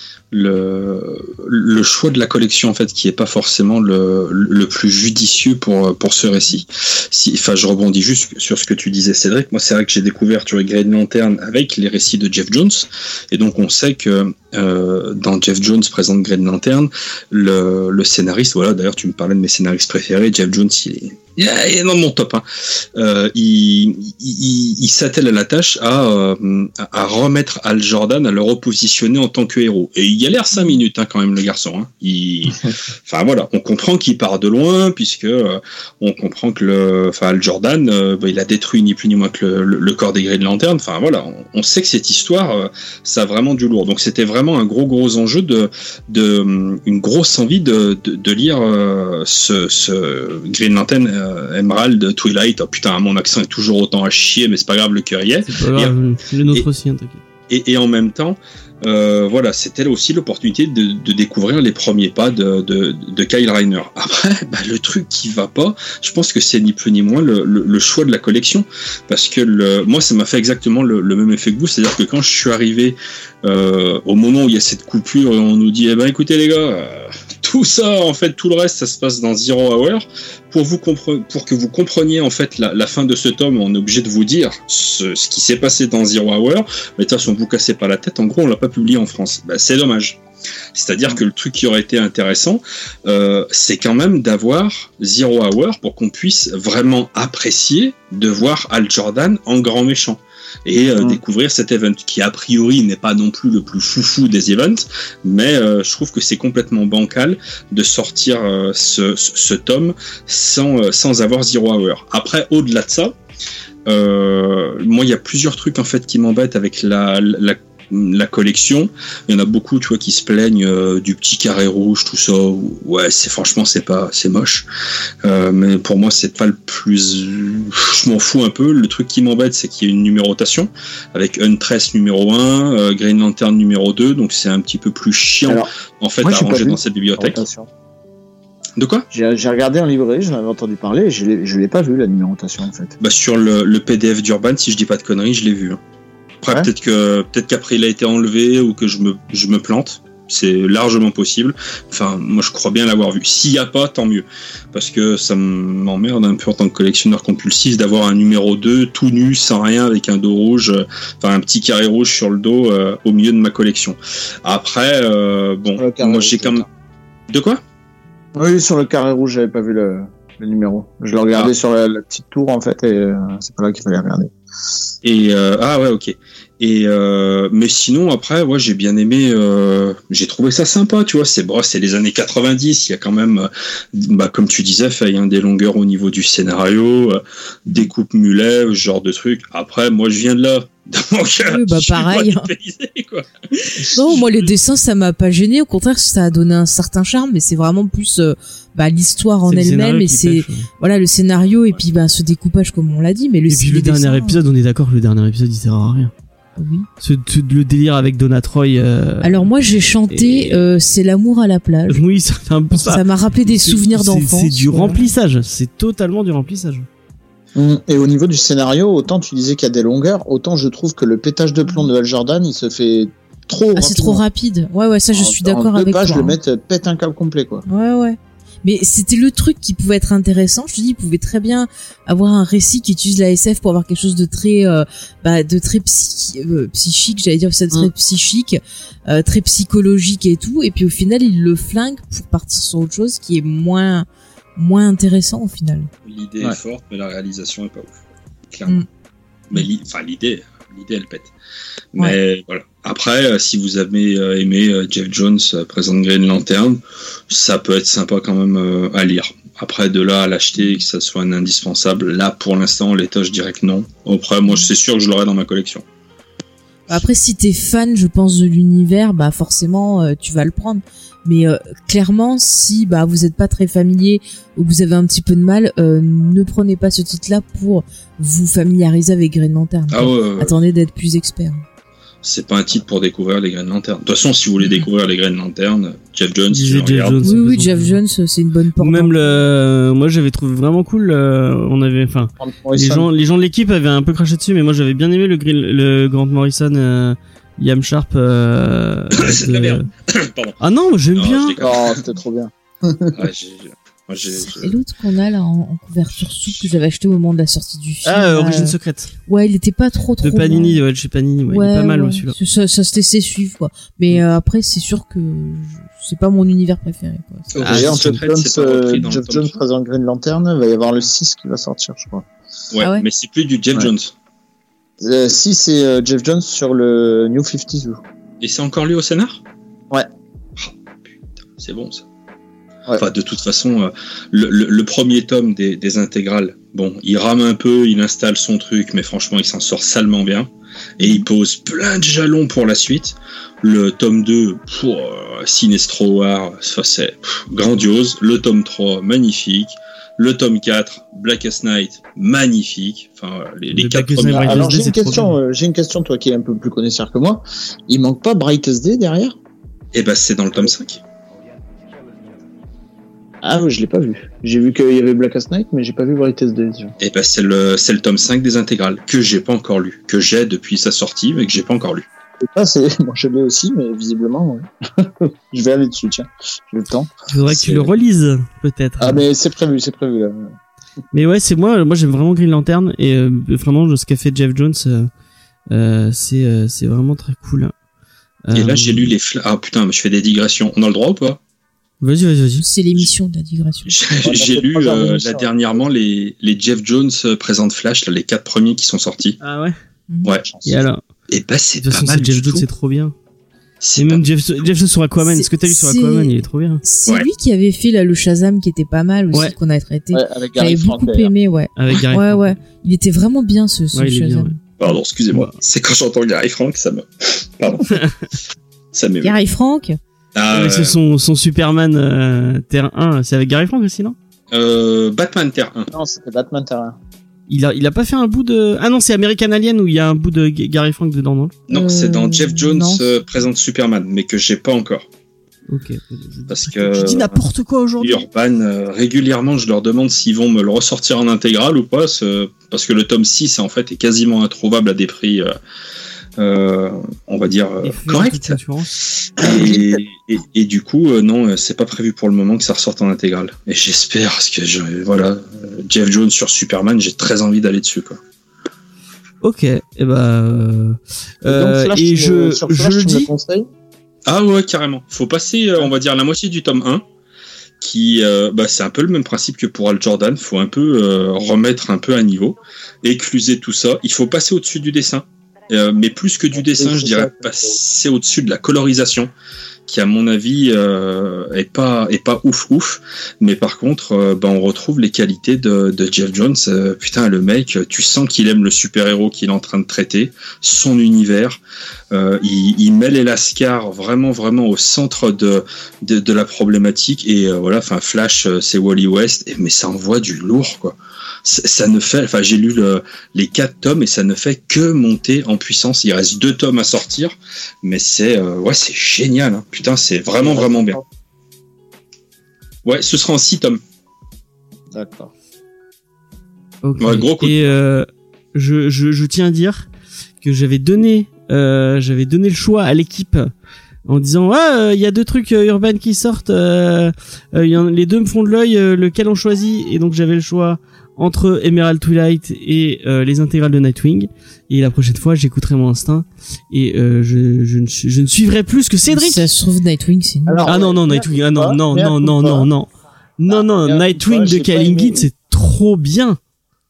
le, le choix de la collection en fait qui est pas forcément le, le plus judicieux pour, pour ce récit. Si, enfin, je rebondis juste sur ce que tu disais, Cédric. Moi, c'est vrai que j'ai découvert tu vois, Green Lantern avec les récits de Jeff Jones, et donc on sait que euh, dans Jeff Jones présente Green Lantern, le, le scénariste, voilà. D'ailleurs, tu me parlais de mes scénaristes préférés. Jeff Jones, il est il est dans mon top. Hein. Euh, il, il, il s'attelle à la tâche à, euh, à remettre Hal Jordan, à le repositionner en tant que héros. Et il y a l'air cinq minutes hein, quand même le garçon. Hein. Il, enfin voilà, on comprend qu'il part de loin puisque euh, on comprend que le, enfin Hal Jordan, euh, bah, il a détruit ni plus ni moins que le, le, le corps des Green Lantern. Enfin voilà, on, on sait que cette histoire, euh, ça a vraiment du lourd. Donc c'était vraiment un gros gros enjeu de, de une grosse envie de, de, de lire euh, ce, ce Green Lantern. Euh, Emerald, Twilight, oh putain, mon accent est toujours autant à chier, mais c'est pas grave, le cœur y est. C'est pas grave, le nôtre et- aussi, hein, t'inquiète. Et, et en même temps, euh, voilà, c'était aussi l'opportunité de, de découvrir les premiers pas de, de, de Kyle Rayner. Après, bah, le truc qui va pas, je pense que c'est ni plus ni moins le, le, le choix de la collection, parce que le, moi, ça m'a fait exactement le, le même effet que vous, c'est-à-dire que quand je suis arrivé euh, au moment où il y a cette coupure et on nous dit, eh ben écoutez les gars, euh, tout ça, en fait, tout le reste, ça se passe dans Zero Hour. Pour vous compre- pour que vous compreniez en fait la, la fin de ce tome, on est obligé de vous dire ce, ce qui s'est passé dans Zero Hour. Mais de toute façon, vous cassez pas la tête. En gros, on l'a pas publié en France. Bah, c'est dommage. C'est-à-dire que le truc qui aurait été intéressant, euh, c'est quand même d'avoir Zero Hour pour qu'on puisse vraiment apprécier de voir Hal Jordan en grand méchant. Et euh, Mmh. découvrir cet event qui a priori n'est pas non plus le plus foufou des events, mais euh, je trouve que c'est complètement bancal de sortir euh, ce, ce, ce tome sans, euh, sans avoir Zero Hour. Après, au-delà de ça, euh, moi il y a plusieurs trucs en fait qui m'embêtent avec la, la la collection. Il y en a beaucoup, tu vois, qui se plaignent euh, du petit carré rouge, tout ça. Ouais, c'est franchement, c'est pas, c'est moche. Euh, mais pour moi, c'est pas le plus. Je m'en fous un peu. Le truc qui m'embête, c'est qu'il y a une numérotation avec Huntress numéro un, euh, Green Lantern numéro deux. Donc c'est un petit peu plus chiant Alors, en fait moi, à j'ai pas ranger vu dans cette bibliothèque. Numérotation. De quoi? J'ai j'ai regardé en librairie, j'en avais entendu parler, et je l'ai, je l'ai pas vu la numérotation en fait. Bah sur le, le P D F d'Urban, si je dis pas de conneries, je l'ai vu. hein. Après, Ouais. peut-être que peut-être qu'après il a été enlevé ou que je me je me plante. C'est largement possible. Enfin, moi je crois bien l'avoir vu. S'il y a pas, tant mieux, parce que ça m'emmerde un peu en tant que collectionneur compulsif d'avoir un numéro deux tout nu, sans rien, avec un dos rouge, euh, enfin un petit carré rouge sur le dos euh, au milieu de ma collection. Après, euh, bon, Sur le carré moi rouge, j'ai quand même. De quoi? Oui, sur le carré rouge, j'avais pas vu le, le numéro. Je le regardais Ah. sur la, la petite tour en fait, et euh, c'est pas là qu'il fallait regarder. Et euh, ah ouais, ok. Et euh, mais sinon après, ouais, j'ai bien aimé. Euh, j'ai trouvé ça sympa, tu vois. C'est bon, c'est les années quatre-vingt-dix. Il y a quand même, euh, bah, comme tu disais, fait, il y a des longueurs au niveau du scénario, euh, découpe mulet, ce genre de trucs. Après, moi, je viens de là. Donc, Oui, bah, je suis pareil. pas dépaysé, quoi. Non, moi les dessins ça m'a pas gêné, au contraire ça a donné un certain charme, mais c'est vraiment plus euh, bah, l'histoire en C'est le elle-même scénario et qui c'est pêche, ouais. voilà le scénario et puis bah ce découpage comme on l'a dit, mais le Et puis le les dernier dessins, épisode, on est d'accord que le dernier épisode il sert à rien. euh, oui. Ce, ce- le délire avec Donna Troy. Euh... Alors moi j'ai chanté Et- euh, c'est l'amour à la plage. oui, c'est un peu ça. Ça m'a rappelé des C'est- souvenirs c'est- d'enfance. C'est du voilà. remplissage. C'est totalement du remplissage. Hum, Et au niveau du scénario, autant tu disais qu'il y a des longueurs, autant je trouve que le pétage de plomb de Hal Jordan, il se fait trop. Ah c'est trop rapide. Ouais ouais ça je En- suis en d'accord deux avec pages, toi. le hein. mec pète un câble complet quoi. Ouais ouais. Mais c'était le truc qui pouvait être intéressant. Je te dis, il pouvait très bien avoir un récit qui utilise la S F pour avoir quelque chose de très, euh, bah, de très psy- euh, psychique. J'allais dire, c'est très Mm. psychique, euh, très psychologique et tout. Et puis au final, il le flingue pour partir sur autre chose qui est moins, moins intéressant au final. L'idée Ouais. est forte, mais la réalisation est pas ouf. Clairement. Mm. Mais l'i- enfin l'idée, l'idée elle pète. Mais voilà. Après, euh, si vous avez euh, aimé euh, Jeff Jones euh, présente Green Lantern, ça peut être sympa quand même euh, à lire. Après, de là à l'acheter, que ça soit un indispensable, là pour l'instant, l'état, je dirais que non. Après, moi, c'est sûr que je l'aurai dans ma collection. Après, si t'es fan, je pense, de l'univers, bah forcément, euh, tu vas le prendre. Mais euh, clairement, si bah vous êtes pas très familier ou que vous avez un petit peu de mal, euh, ne prenez pas ce titre-là pour vous familiariser avec Green Lantern. Ah ouais, ouais, ouais. Attendez d'être plus expert. C'est pas un titre pour découvrir les Green Lantern. De toute façon, si vous voulez découvrir les Green Lantern, Jeff Jones, tu Jeff regardes. Jones. Oui, oui, Jeff Jones, c'est une bonne porte. Ou même le, moi j'avais trouvé vraiment cool. Euh, on avait, enfin, les gens, les gens de l'équipe avaient un peu craché dessus, mais moi j'avais bien aimé le, Green- le Grant Morrison, euh, Liam Sharp. Euh, C'est de la merde. Pardon. Ah non, j'aime Non, bien. je déconne. Oh, c'était trop bien. Ouais, j'ai- moi, j'ai- C'est j'ai- l'autre qu'on a là en, en couverture souple que j'avais acheté au moment de la sortie du film. Ah, euh, là, Origine euh, secrète. Ouais, il était pas trop trop. De Panini, bien. ouais, de chez Panini, ouais, il est pas mal ouais. celui-là. Ça, ça se laissait suivre quoi. Mais euh, après, c'est sûr que je- c'est pas mon univers préféré quoi. C'est- Ah, D'ailleurs, Origine Jeff secrète, Jones, c'est pas repris euh, dans le Jeff tome Jones trois. présent Green Lantern, il va y avoir le six qui va sortir, je crois. Ouais, Ah ouais mais c'est plus du Jeff Ouais. Jones. Euh, si, c'est euh, Jeff Jones sur le New cinquante-deux. Et c'est encore lui au scénar? Ouais. Oh, putain, c'est bon ça. Ouais. Enfin, de toute façon, euh, le, le, le premier tome des, des intégrales, bon, il rame un peu, il installe son truc, mais franchement, il s'en sort salement bien. Et il pose plein de jalons pour la suite. Le tome deux, pour euh, Sinestro War, ça c'est pff, grandiose. Le tome trois, magnifique. Le tome quatre, Blackest Night, magnifique. Enfin, les, les Le quatre Blackest premiers. Night, Alors, Brightest Day, j'ai une c'est trop question, bien. euh, j'ai une question, toi qui es un peu plus connaisseur que moi. Il manque pas Brightest Day derrière? Et ben, c'est dans le tome cinq. Ah oui, je l'ai pas vu. J'ai vu qu'il y avait Blackest Night, mais j'ai pas vu Brightest Day. déjà. Et ben, c'est le, c'est le tome cinq des intégrales, que j'ai pas encore lu. Que j'ai depuis sa sortie, mais que j'ai pas encore lu. Et ça, c'est, moi je l'ai aussi, mais visiblement, ouais. Je vais aller dessus, tiens. J'ai le temps. Il faudrait que C'est- tu le relises, peut-être. Ah, mais c'est prévu, c'est prévu, là. Mais ouais, c'est moi, moi j'aime vraiment Green Lantern et euh, vraiment ce qu'a fait Jeff Jones, euh, euh, c'est euh, c'est vraiment très cool. Et là, Euh, j'ai lu les fla... Ah putain, mais je fais des digressions. On a le droit ou pas? Vas-y, vas-y, vas-y. C'est l'émission de la digression. J'ai On a j'ai fait lu trois heures euh, d'émission, là ouais. dernièrement les, les Jeff Jones euh, présentent Flash, là, les quatre premiers qui sont sortis. Ah ouais. Ouais. Et alors, Et bah c'est de toute pas façon, mal c'est Jeff du Jones, tout. c'est trop bien. C'est Et pas- même Jeff, Jeff Jones sur Aquaman, C'est- ce que t'as lu sur c'est- Aquaman, il est trop bien. C'est Ouais. lui qui avait fait là le Shazam qui était pas mal aussi Ouais. qu'on a traité. Ouais, avec J'avais Gary Frank. beaucoup d'ailleurs. aimé, ouais. Avec Gary Ouais, Frank. ouais. Il était vraiment bien ce, ce Ouais, il est bien, Shazam. ouais. Pardon, excusez-moi. C'est quand j'entends Gary Frank, ça me. Pardon. ça m'émeut. Gary Frank. Ah, Ouais, c'est son, son Superman euh, Terre un, c'est avec Gary Frank aussi, non? euh, Batman Terre un. Non, c'était Batman Terrain. Il a, il a pas fait un bout de... Ah non, c'est American Alien où il y a un bout de G- Gary Frank dedans, non? Non, Euh, c'est dans Jeff Jones non. euh, présente Superman, mais que j'ai pas encore. Ok. Parce que. Je dis n'importe quoi aujourd'hui. Urban, euh, régulièrement, je leur demande s'ils vont me le ressortir en intégrale ou pas, c'est- parce que le tome six, en fait, est quasiment introuvable à des prix, euh, euh, on va dire, euh, Et fait corrects. toute concurrence. Et, et, et du coup, euh, non, euh, c'est pas prévu pour le moment que ça ressorte en intégrale. Et j'espère, parce que je, voilà, euh, Jeff Jones sur Superman, j'ai très envie d'aller dessus, quoi. Ok, et bah... Euh, euh, Flash, et tu je, me- sur je Flash, le tu me dis... conseilles Ah ouais, carrément. Faut passer, euh, on va dire, la moitié du tome un, qui, euh, bah, c'est un peu le même principe que pour Al Jordan. Faut un peu euh, remettre un peu à niveau, écluser tout ça. Il faut passer au-dessus du dessin. Euh, mais plus que du dessin, c'est je dirais ça. passer au-dessus de la colorisation, qui à mon avis euh, est pas est pas ouf ouf. Mais par contre, euh, bah, on retrouve les qualités de, de Jeff Jones. Euh, putain, le mec, tu sens qu'il aime le super-héros qu'il est en train de traiter, son univers. Euh, il, il met les Lascars vraiment vraiment au centre de de, de la problématique. Et euh, voilà, enfin Flash, euh, c'est Wally West, et, mais ça envoie du lourd, quoi. Ça, ça ne fait, enfin j'ai lu le, les quatre tomes et ça ne fait que monter en puissance. Il reste deux tomes à sortir, mais c'est euh, ouais c'est génial. Hein. Putain, c'est vraiment vraiment bien. Ouais, ce sera en six tomes. D'accord. Ok. Ouais, gros coup de Et euh, je, je, je tiens à dire que j'avais donné, euh, j'avais donné le choix à l'équipe en disant ah il y a deux trucs euh, Urban qui sortent, euh, euh, y en- les deux me font de l'œil, euh, lequel on choisit, et donc j'avais le choix entre Emerald Twilight et euh, les intégrales de Nightwing. Et la prochaine fois j'écouterai mon instinct et euh, je, je, ne, su- je ne suivrai plus que Cédric. Ça se trouve Nightwing, c'est nul. Alors, Ah non ouais, non mais Nightwing, à ah non coup de non pas, mais à non coup de non pas. non non non Ah, non mais à coup de Nightwing pas, de j'ai pas Killing aimé. It c'est trop bien.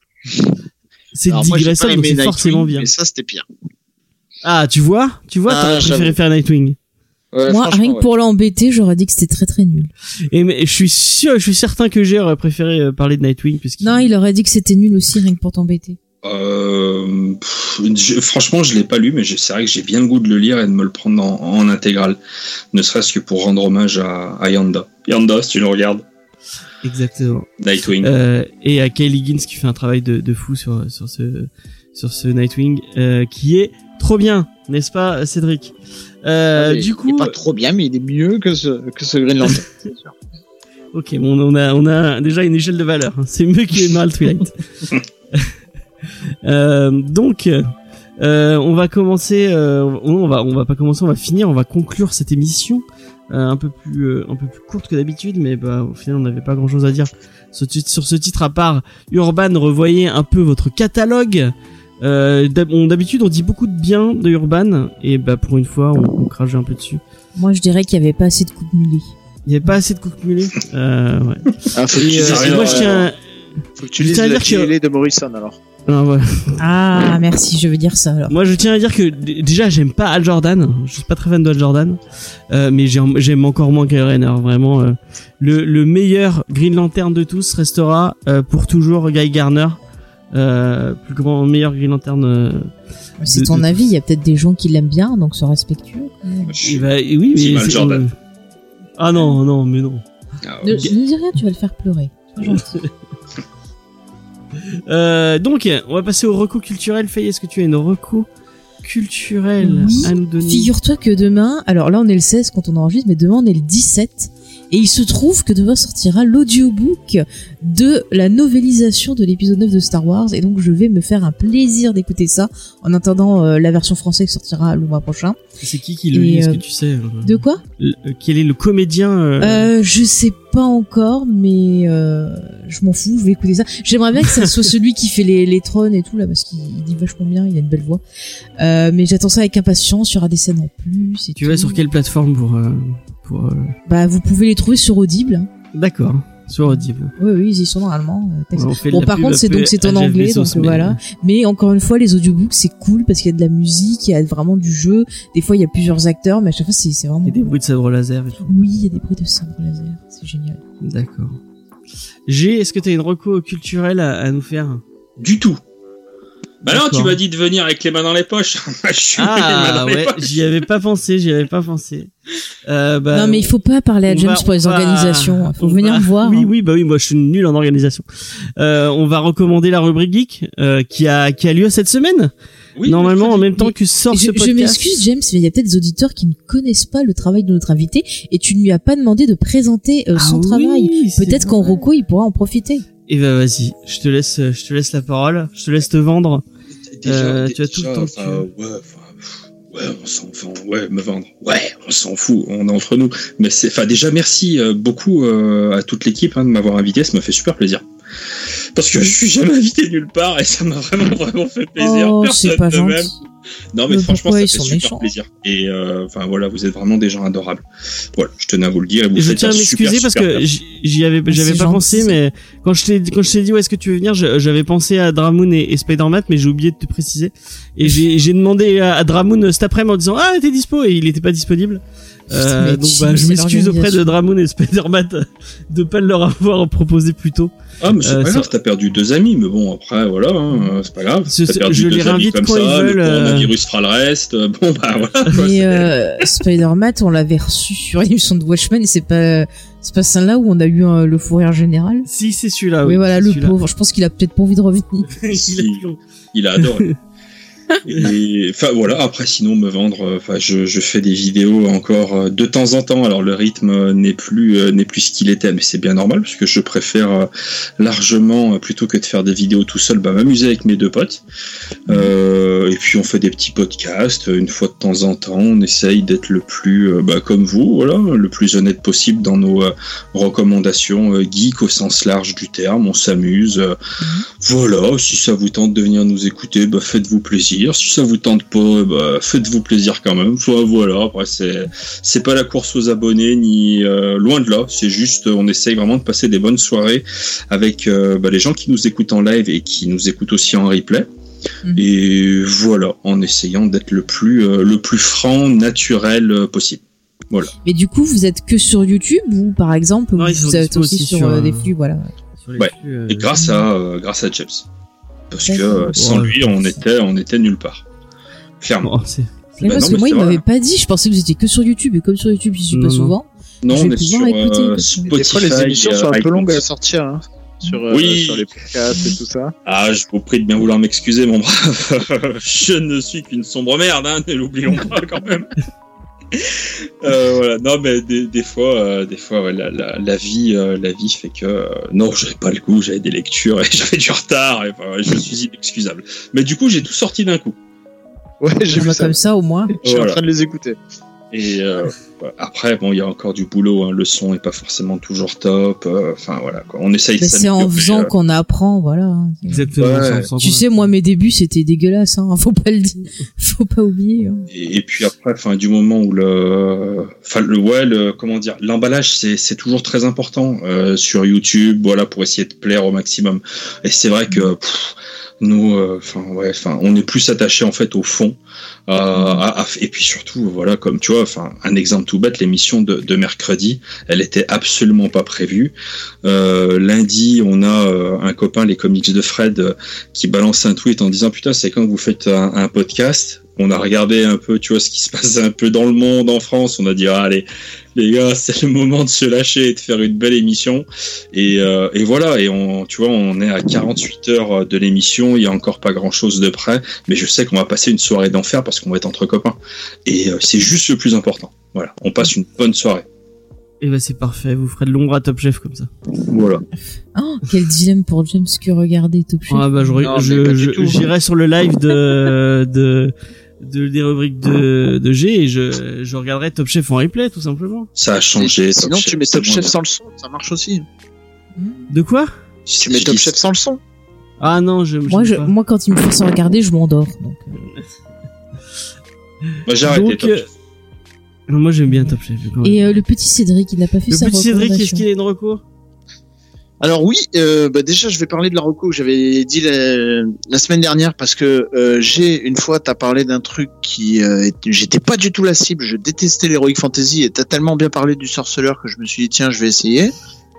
C'est Alors, moi, j'ai pas digressable, donc aimé c'est forcément Nightwing, bien. mais ça, c'était pire. Ah, tu vois, tu vois, Ah, t'aurais préféré j'avoue. faire Nightwing. Ouais, Moi, franchement, rien que ouais. pour l'embêter, j'aurais dit que c'était très très nul. Et mais je suis sûr, je suis certain que G aurait préféré euh, parler de Nightwing puisqu'il Non, il aurait dit que c'était nul aussi, rien que pour t'embêter. Euh, pff, je, franchement, je l'ai pas lu, mais je, c'est vrai que j'ai bien le goût de le lire et de me le prendre en, en intégrale, ne serait-ce que pour rendre hommage à, à Yanda. Yanda, si tu le regardes. Exactement. Nightwing. Euh, et à Kyle Higgins qui fait un travail de, de fou sur sur ce sur ce Nightwing, euh, qui est trop bien, n'est-ce pas, Cédric? Euh, ah, du coup, il est pas trop bien, mais il est mieux que ce que ce Green Lantern. C'est sûr. Ok, bon, on a on a déjà une échelle de valeur. C'est mieux qu'Emerald Twilight. euh, donc, euh, on va commencer. Euh, on va on va pas commencer, on va finir, on va conclure cette émission. Euh, un peu plus euh, un peu plus courte que d'habitude, mais bah au final on n'avait pas grand chose à dire sur, sur ce titre à part Urban. Revoyez un peu votre catalogue. Euh, d'habitude on dit beaucoup de bien de Urban, et bah pour une fois on, on crache un peu dessus. Moi je dirais qu'il y avait pas assez de coups de mulet. Il y avait pas assez de coups de mulet. Euh, ouais. Ah, faut que et, tu euh, euh, moi je tiens. Faut que tu lises la télé de Morrison alors. Ah, ouais. Ah merci, je veux dire ça alors. Moi je tiens à dire que d- déjà j'aime pas Hal Jordan, je suis pas très fan de Hal Jordan, euh, mais j'aime, j'aime encore moins Kyle Rayner. Vraiment, euh, le, le meilleur Green Lantern de tous restera euh, pour toujours Guy Garner, euh, plus grand meilleur Green Lantern. Euh, c'est de, ton de avis, tous. il y a peut-être des gens qui l'aiment bien, donc sont respectueux. Et bah, et oui, mais Hal Jordan. Euh... Ah non non mais non. Ah, Ne, okay. ne dis rien, tu vas le faire pleurer. Sois gentil. Euh, donc, on va passer au reco culturel. Faye, est-ce que tu as une reco culturelle Oui, à nous donner? Figure-toi que demain, alors là on est le seize quand on enregistre, mais demain on est le dix-sept. Et il se trouve que demain sortira l'audiobook de la novélisation de l'épisode neuf de Star Wars. Et donc je vais me faire un plaisir d'écouter ça en attendant euh, la version française qui sortira le mois prochain. C'est qui qui le Et, lit, est-ce euh, que tu sais euh, De quoi le, Quel est le comédien euh... euh, Je sais pas encore, mais euh, je m'en fous, je vais écouter ça. J'aimerais bien que ça soit celui qui fait les, les trônes et tout là, parce qu'il il dit vachement bien, il a une belle voix. Euh, mais j'attends ça avec impatience, il y aura des scènes en plus. Et Tu tout. vas sur quelle plateforme pour... Euh, pour euh... Bah vous pouvez les trouver sur Audible. Hein. D'accord, sur Audible. Oui, oui, ils y sont normalement. Euh, texte. Ouais, on fait de bon, la par pub contre, c'est un peu donc c'est en à Jeff anglais, Bezos, donc mais- voilà. Mais encore une fois, les audiobooks c'est cool parce qu'il y a de la musique, il y a vraiment du jeu. Des fois, il y a plusieurs acteurs, mais à chaque fois, c'est c'est vraiment. Il y a des bruits de sabre laser et tout. Oui, il y a des bruits de sabre laser. C'est génial. D'accord. G, est-ce que tu as une reco culturelle à, à nous faire? Du tout. Bah non, D'accord. tu m'as dit de venir avec les mains dans les poches. Je suis les mains Ah dans les ouais, poches. j'y avais pas pensé, j'y avais pas pensé. Euh, bah, non, mais il faut pas parler à on James va- pour les on va- organisations. Il faut on venir va- me voir. Oui, hein. oui, bah oui, moi je suis nul en organisation. Euh, on va recommander la rubrique geek euh, qui a qui a lieu cette semaine. Oui, Normalement, en mercredi. même temps que sort Je, ce je podcast. m'excuse, James, mais il y a peut-être des auditeurs qui ne connaissent pas le travail de notre invité et tu ne lui as pas demandé de présenter euh, Ah son oui, travail. c'est Peut-être qu'en vrai. Rocco, il pourra en profiter. Et bah vas-y, je te laisse, je te laisse la parole, je te laisse te vendre. Déjà, Euh, déjà, tu as tout le temps que tu enfin, veux. ouais, enfin, pff, ouais, on s'en fout, ouais, me vendre, ouais, on s'en fout, on est entre nous. Mais c'est, enfin, déjà, merci euh, beaucoup euh, à toute l'équipe hein, de m'avoir invité, ça m'a fait super plaisir. Parce que je suis jamais invité nulle part et ça m'a vraiment, vraiment fait plaisir. Oh, Personne c'est pas de gentil. même. Non, mais, Mais franchement, pourquoi ça ils fait sont super méchants plaisir. Et euh, enfin, voilà, vous êtes vraiment des gens adorables. Voilà, je tenais à vous le dire. Et vous Et je faites tiens à un super, m'excuser parce super que taf. j'y j'y avais, Ah, j'avais c'est pas gentil. pensé, mais quand je t'ai, quand je t'ai dit ouais, est-ce que tu veux venir, je- j'avais pensé à Dramoon et, et Spider-Man, mais j'ai oublié de te préciser. Et j'ai, j'ai demandé à, à Dramoon cet après-midi en disant ah t'es dispo et il était pas disponible. Euh, Mais donc tu- bah je c'est m'excuse auprès de l'organisation. Dramoon et Spider-Man de pas leur avoir proposé plus tôt. Ah, mais c'est euh, pas ça- grave, t'as perdu deux amis, mais bon, après, voilà, hein, c'est pas grave. Ce- T'as ce- perdu je deux les amis réinvite comme quand ça, ils veulent, le euh, coronavirus fera le reste. Bon, bah voilà. quoi, Mais c'est- euh, Spider-Man, on l'avait reçu sur l'émission de Watchmen et c'est pas c'est pas celle-là où on a eu euh, le fou rire général. Si c'est celui-là. oui, Oui, voilà, c'est le celui-là. pauvre. Je pense qu'il a peut-être pas envie de revenir. Il a Si. plus- Il a adoré. Et enfin voilà, après sinon me vendre, enfin je, je fais des vidéos encore euh, de temps en temps. Alors le rythme euh, n'est plus euh, n'est plus ce qu'il était, mais c'est bien normal parce que je préfère euh, largement euh, plutôt que de faire des vidéos tout seul, bah, m'amuser avec mes deux potes. Euh, et puis on fait des petits podcasts une fois de temps en temps. On essaye d'être le plus euh, bah, comme vous, voilà, le plus honnête possible dans nos euh, recommandations euh, geek au sens large du terme. On s'amuse. euh, Voilà, si ça vous tente de venir nous écouter, bah faites-vous plaisir. Si ça vous tente pas, bah faites-vous plaisir quand même. Enfin, voilà, après c'est c'est pas la course aux abonnés ni euh, loin de là. C'est juste, on essaye vraiment de passer des bonnes soirées avec euh, bah, les gens qui nous écoutent en live et qui nous écoutent aussi en replay. Mhm. Et voilà, en essayant d'être le plus euh, le plus franc, naturel euh, possible. Voilà. Mais du coup, vous êtes que sur YouTube ou par exemple Non, ils sont vous êtes dispo aussi aussi sur, sur, euh, des euh, flux, voilà. sur les Ouais. flux, euh, Et grâce à euh, grâce à James. parce que euh, sans Ouais. lui, on était, on était nulle part. Clairement. Bon, c'est... Mais Bah parce non, que mais moi, c'est il vrai. m'avait pas dit. Je pensais que vous étiez que sur YouTube et comme sur YouTube, j'y suis Non, pas non. souvent. Non, Je on vais est pouvoir sur écouter, euh, quoi. Spotify. Des fois, les émissions sont un peu iTunes. longues à sortir, hein, sur, euh, Oui. sur les podcasts et tout ça. Ah, je vous prie de bien vouloir m'excuser, mon brave. Je ne suis qu'une sombre merde, hein, ne l'oublions pas quand même. euh, voilà, non, mais des, des fois, euh, des fois, ouais, la, la, la vie, euh, la vie fait que euh, non, j'avais pas le goût, j'avais des lectures et j'avais du retard. Et, enfin, ouais, je suis inexcusable. Mais du coup, j'ai tout sorti d'un coup. Ouais, j'ai Je vu vois ça. comme ça, au moins. Je suis Voilà. en train de les écouter. Et euh, après, bon, il y a encore du boulot. Hein, le son est pas forcément toujours top. euh, Enfin voilà, quoi. On essaye de Mais c'est en s'améliorer, faisant euh, qu'on apprend, voilà. Exactement. Ouais. sans- sans- Tu sais, moi, mes débuts, c'était dégueulasse, hein. Faut pas le dire. Faut pas oublier. hein. Et, et puis après, enfin, du moment où le, enfin, le, ouais, le, comment dire, l'emballage, c'est, c'est toujours très important euh, sur YouTube, voilà, pour essayer de plaire au maximum. Et c'est vrai que pff, nous, enfin, euh, ouais, enfin, on est plus attaché en fait au fond. Euh, à, à, et puis surtout, voilà, comme tu vois, enfin, un exemple tout bête, l'émission de, de mercredi, elle était absolument pas prévue. Euh, lundi, on a euh, un copain, les comics de Fred, euh, qui balance un tweet en disant putain, c'est quand vous faites un, un podcast. On a regardé un peu, tu vois, ce qui se passe un peu dans le monde, en France. On a dit, ah, allez, les gars, c'est le moment de se lâcher et de faire une belle émission. Et, euh, et voilà, et on, tu vois, on est à quarante-huit heures de l'émission. Il y a encore pas grand chose de près, mais je sais qu'on va passer une soirée d'enfer parce qu'on va être entre copains. Et euh, c'est juste le plus important. Voilà, on passe une bonne soirée. Et bah c'est parfait, vous ferez de l'ombre à Top Chef comme ça. Voilà. Oh, quel dilemme pour James que regarder Top Chef. Ah bah je, Non, je, mais pas du je- tout. j'irai sur le live de de de des rubriques de de G et je je regarderai Top Chef en replay tout simplement. Ça a changé. Sinon, Top tu Chef, mets c'est Top moins Chef bon. sans le son, ça marche aussi. De quoi? Tu mets Je Top dis- Chef sans le son. Ah non, je Moi, je, j'aime pas. moi, quand il me force à regarder, je m'endors. Donc, euh. Moi, j'ai arrêté. Donc, Top euh, Chef. non, moi j'aime bien Top Chef. quand même. Et euh, le petit Cédric, il n'a pas fait le sa petit Cédric, est-ce recommandation. qu'il a une reco? Alors oui, euh, bah déjà je vais parler de la reco que j'avais dit la, la semaine dernière parce que euh, j'ai une fois t'as parlé d'un truc qui euh, était- j'étais pas du tout la cible, je détestais l'heroic fantasy et t'as tellement bien parlé du sorceleur que je me suis dit tiens je vais essayer.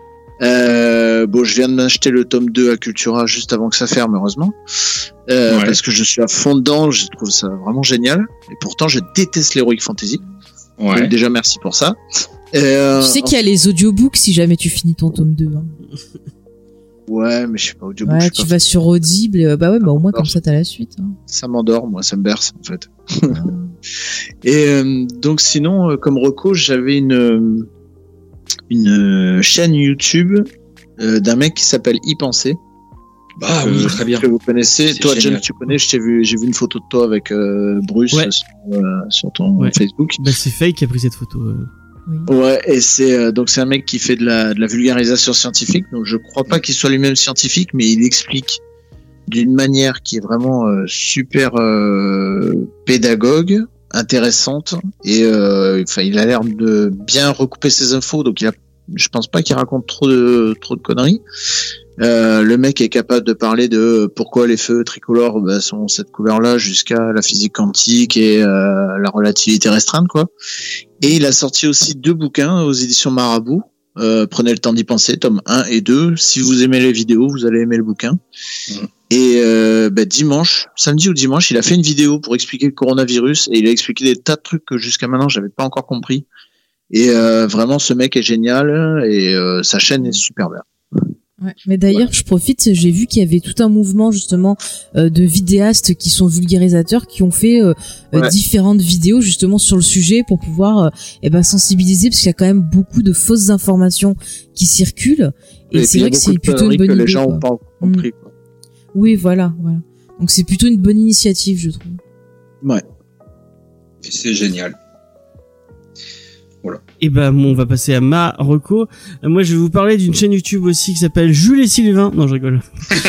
Euh, bon je viens de m'acheter le tome deux à Cultura juste avant que ça ferme heureusement euh, Ouais. parce que je suis à fond dedans, je trouve ça vraiment génial et pourtant je déteste l'heroic fantasy. Ouais. Donc déjà merci pour ça. Euh, Tu sais qu'il y a les audiobooks si jamais tu finis ton tome deux. Hein. ouais mais je suis pas audiobook, je Ouais, suis tu pas- vas sur Audible. Et, euh, bah ouais, bah au moins D'accord. comme ça t'as la suite. Hein. ça m'endort moi, ça me berce en fait. Ah. Et euh, donc sinon, euh, comme reco, j'avais une euh, une euh, chaîne YouTube euh, d'un mec qui s'appelle Y Penser. Bah que- oui, très bien. Que vous connaissez. C'est Toi, génial. James, tu connais. Je t'ai vu, j'ai vu une photo de toi avec euh, Bruce Ouais. sur, euh, sur ton Ouais. Facebook. Bah c'est Faye qui a pris cette photo. euh. Oui. Ouais, et c'est euh, donc c'est un mec qui fait de la de la vulgarisation scientifique. Donc je crois pas qu'il soit lui-même scientifique, mais il explique d'une manière qui est vraiment euh, super euh, pédagogue, intéressante et euh, enfin il a l'air de bien recouper ses infos. Donc il a, je pense pas qu'il raconte trop de trop de conneries. Euh, le mec est capable de parler de pourquoi les feux tricolores bah, sont cette couleur-là jusqu'à la physique quantique et euh, la relativité restreinte, quoi. Et il a sorti aussi deux bouquins aux éditions Marabout. Euh, prenez le temps d'y penser, tome un et deux. Si vous aimez les vidéos, vous allez aimer le bouquin. Mmh. Et euh, bah, dimanche, samedi ou dimanche, il a fait une vidéo pour expliquer le coronavirus et il a expliqué des tas de trucs que jusqu'à maintenant j'avais pas encore compris. Et euh, vraiment, ce mec est génial et euh, sa chaîne est super bien. Ouais. Mais d'ailleurs, je profite, j'ai vu qu'il y avait tout un mouvement justement euh, de vidéastes qui sont vulgarisateurs, qui ont fait euh, euh, Ouais. différentes vidéos justement sur le sujet pour pouvoir euh, eh ben sensibiliser, parce qu'il y a quand même beaucoup de fausses informations qui circulent. Et, Et c'est puis, il y a vrai que beaucoup c'est de plutôt conneries une bonne que idée. les gens quoi. ont pas encore compris. Quoi. Oui, voilà, voilà. Donc c'est plutôt une bonne initiative, je trouve. Ouais. Et c'est génial. Et bah bon, on va passer à ma reco. Euh, Moi je vais vous parler d'une chaîne YouTube aussi qui s'appelle Jules et Sylvain. Non, je rigole.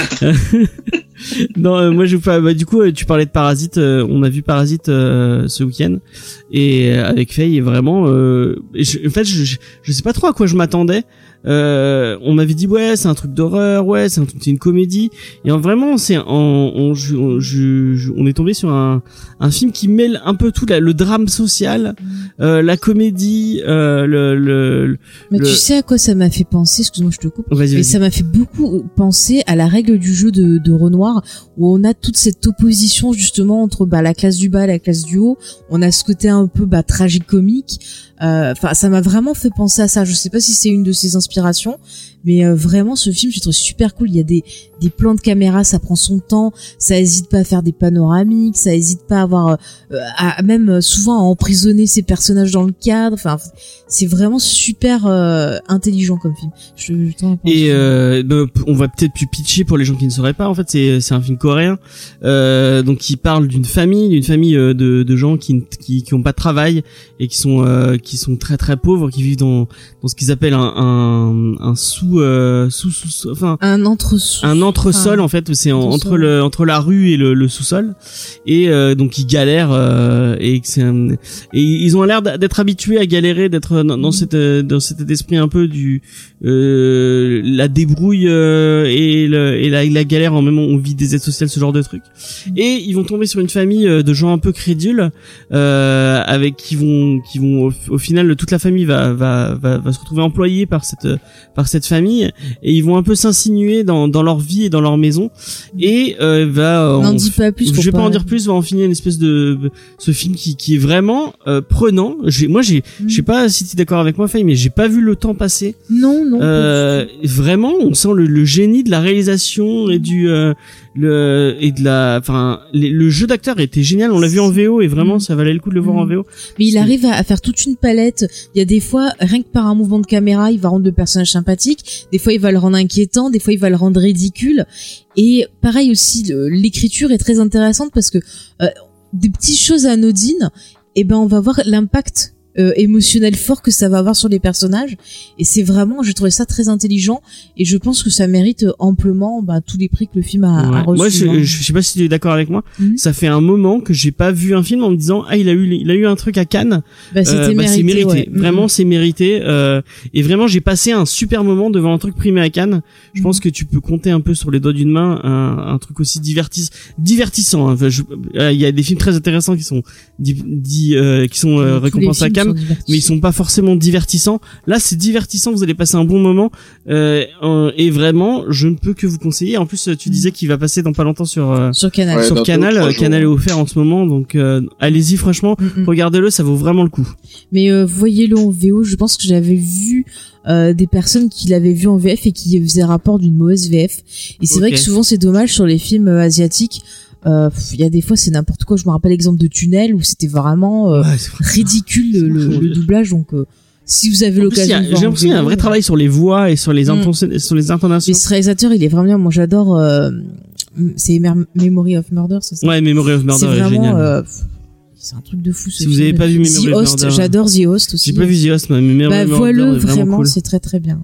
non, euh, moi je vous parle, bah, du coup euh, tu parlais de Parasite, euh, on a vu Parasite euh, ce week-end et euh, avec Faye et vraiment euh, et je- en fait je, je je sais pas trop à quoi je m'attendais. euh, on m'avait dit ouais c'est un truc d'horreur, ouais c'est un truc, c'est une comédie, et en, vraiment c'est en, on, je, on, je, je, on est tombé sur un, un film qui mêle un peu tout, la, le drame social, euh, la comédie, euh, le, le, Mais le... tu sais à quoi ça m'a fait penser, excuse-moi je te coupe, vas-y, vas-y. mais ça m'a fait beaucoup penser à la règle du jeu de, de Renoir, où on a toute cette opposition justement entre bah, la classe du bas et la classe du haut, on a ce côté un peu bah, tragique-comique, enfin euh, ça m'a vraiment fait penser à ça. Je sais pas si c'est une de ses inspirations, mais euh, vraiment ce film je trouve super cool. Il y a des des plans de caméra, ça prend son temps, ça hésite pas à faire des panoramiques, ça hésite pas à avoir euh, à même euh, souvent à emprisonner ses personnages dans le cadre. Enfin c'est vraiment super euh, intelligent comme film. Je, je t'en Et euh, bah, on va peut-être plus pitcher pour les gens qui ne sauraient pas. En fait, c'est c'est un film coréen, euh, donc qui parle d'une famille, d'une famille euh, de de gens qui qui qui ont pas de travail et qui sont euh, qui sont très très pauvres, qui vivent dans dans ce qu'ils appellent un un, un sous, euh, sous sous enfin un entre-sous, un entresol enfin, en fait, c'est en, entre le entre la rue et le, le sous-sol, et euh, donc ils galèrent euh, et c'est un, et ils ont l'air d'être habitués à galérer, d'être dans, dans cette dans cet esprit un peu du euh, la débrouille euh, et le et la, la galère en même temps, on vit des aides sociales, ce genre de trucs, et ils vont tomber sur une famille de gens un peu crédules euh, avec qui vont qui vont au, au final toute la famille va, va va va se retrouver employée par cette par cette famille, et ils vont un peu s'insinuer dans dans leur vie et dans leur maison, et euh, va on n'en dit pas plus, je vais pas, pas en dire plus, va en finir une espèce de ce film qui qui est vraiment euh, prenant. J'ai moi j'ai mm. je sais pas si tu es d'accord avec moi Faye, mais j'ai pas vu le temps passer. Non non. Euh, vraiment on sent le, le génie de la réalisation et du euh, le et de la enfin le jeu d'acteur était génial, on l'a vu en V O et vraiment mmh. ça valait le coup de le voir mmh. en V O. Mais il arrive à, à faire toute une palette. Il y a des fois rien que par un mouvement de caméra il va rendre le personnage sympathique, des fois il va le rendre inquiétant, des fois il va le rendre ridicule, et pareil aussi le, l'écriture est très intéressante parce que euh, des petites choses anodines, et ben on va voir l'impact Euh, émotionnel fort que ça va avoir sur les personnages, et c'est vraiment, j'ai trouvé ça très intelligent, et je pense que ça mérite amplement bah, tous les prix que le film a, ouais. a reçu. Moi je, hein. je sais pas si tu es d'accord avec moi, mm-hmm. ça fait un moment que j'ai pas vu un film en me disant ah il a eu il a eu un truc à Cannes, bah, c'était euh, bah, mérité, c'est mérité. Ouais. Vraiment mm-hmm. c'est mérité, euh, et vraiment j'ai passé un super moment devant un truc primé à Cannes. Je mm-hmm. pense que tu peux compter un peu sur les doigts d'une main un, un truc aussi divertis, divertissant. Hein. Enfin, il euh, y a des films très intéressants qui sont di, di, euh, qui sont euh, récompensés à Cannes, mais ils sont pas forcément divertissants. Là c'est divertissant, vous allez passer un bon moment, euh, euh, et vraiment je ne peux que vous conseiller. En plus tu disais qu'il va passer dans pas longtemps sur euh, sur Canal, ouais, sur Canal euh, Canal est offert en ce moment, donc euh, allez-y franchement, mm-hmm. regardez-le, ça vaut vraiment le coup. Mais euh, voyez-le en V O, je pense que j'avais vu euh, des personnes qui l'avaient vu en V F et qui faisaient rapport d'une mauvaise V F, et c'est okay. vrai que souvent c'est dommage sur les films euh, asiatiques. Il euh, y a des fois c'est n'importe quoi. Je me rappelle l'exemple de Tunnel où c'était vraiment euh, ouais, ridicule le, le, le doublage. Donc euh, si vous avez en l'occasion, plus, a, j'ai l'impression qu'il y a un vrai travail sur les voix et sur les mm. inton- sur les intonations. Mais ce réalisateur il est vraiment bien. Moi j'adore. Euh, c'est Mer- Memory of Murder, ça. ça ouais, Memory of Murder c'est est vraiment, génial. Euh, c'est un truc de fou. Si vous avez pas vu Memory The of Host, Murder, j'adore The Host aussi. J'ai pas vu The Host, mais Memory bah, of Murder voilà, est vraiment, vraiment cool. C'est très très bien.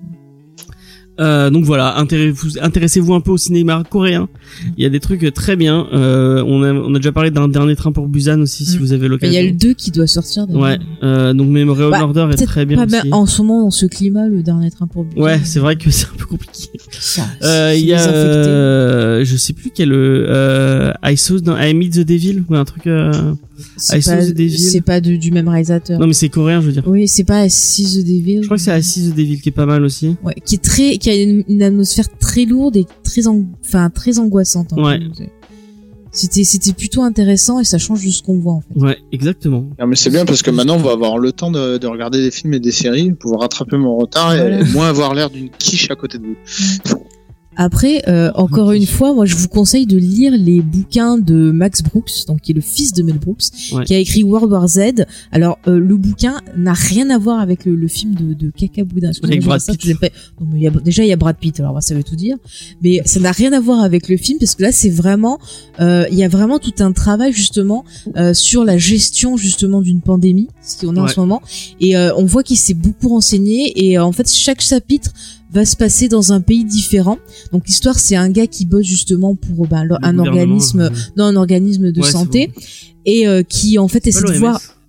Euh, donc voilà, intéressez-vous, intéressez-vous un peu au cinéma coréen. Il y a des trucs très bien. Euh, on a, on a déjà parlé d'un Dernier Train pour Busan aussi, mm. si vous avez l'occasion. Il y a le deux qui doit sortir. D'ailleurs. Ouais. Euh, donc Memory of bah, Murder est très bien pas aussi. En ce moment, dans ce climat, le Dernier Train pour Busan. Ouais, c'est vrai que c'est un peu compliqué. Ça, euh, il y a, euh, je sais plus quel, euh, I saw, dans I Meet the Devil ou un truc. Euh, c'est, pas, c'est pas de, du même réalisateur. Non mais c'est coréen, je veux dire. Oui, c'est pas I See the Devil. Je crois que c'est I See the Devil qui est pas mal aussi. Ouais, qui est très, qui a une, une atmosphère très lourde et très, ang... enfin très angoissante. Hein, ouais. C'était, c'était plutôt intéressant et ça change de ce qu'on voit en fait. Ouais, exactement. Non, mais c'est bien parce que maintenant on va avoir le temps de, de regarder des films et des séries, pouvoir rattraper mon retard voilà. et moins avoir l'air d'une quiche à côté de vous. Après, euh, encore une fois, moi je vous conseille de lire les bouquins de Max Brooks, donc qui est le fils de Mel Brooks, ouais. qui a écrit World War Z. Alors euh, le bouquin n'a rien à voir avec le, le film de, de Caca Boudin. Avec Brad Pitt. Ça, pas... non, mais y a, déjà il y a Brad Pitt, alors ça veut tout dire. Mais ça n'a rien à voir avec le film parce que là c'est vraiment, il euh, y a vraiment tout un travail justement euh, sur la gestion justement d'une pandémie, ce qu'on a ouais. en ce moment. Et euh, on voit qu'il s'est beaucoup renseigné et euh, en fait chaque chapitre va se passer dans un pays différent. Donc l'histoire c'est un gars qui bosse justement pour bah, un organisme, ouais. non un organisme de ouais, santé bon. et euh, qui en fait essaie de voir.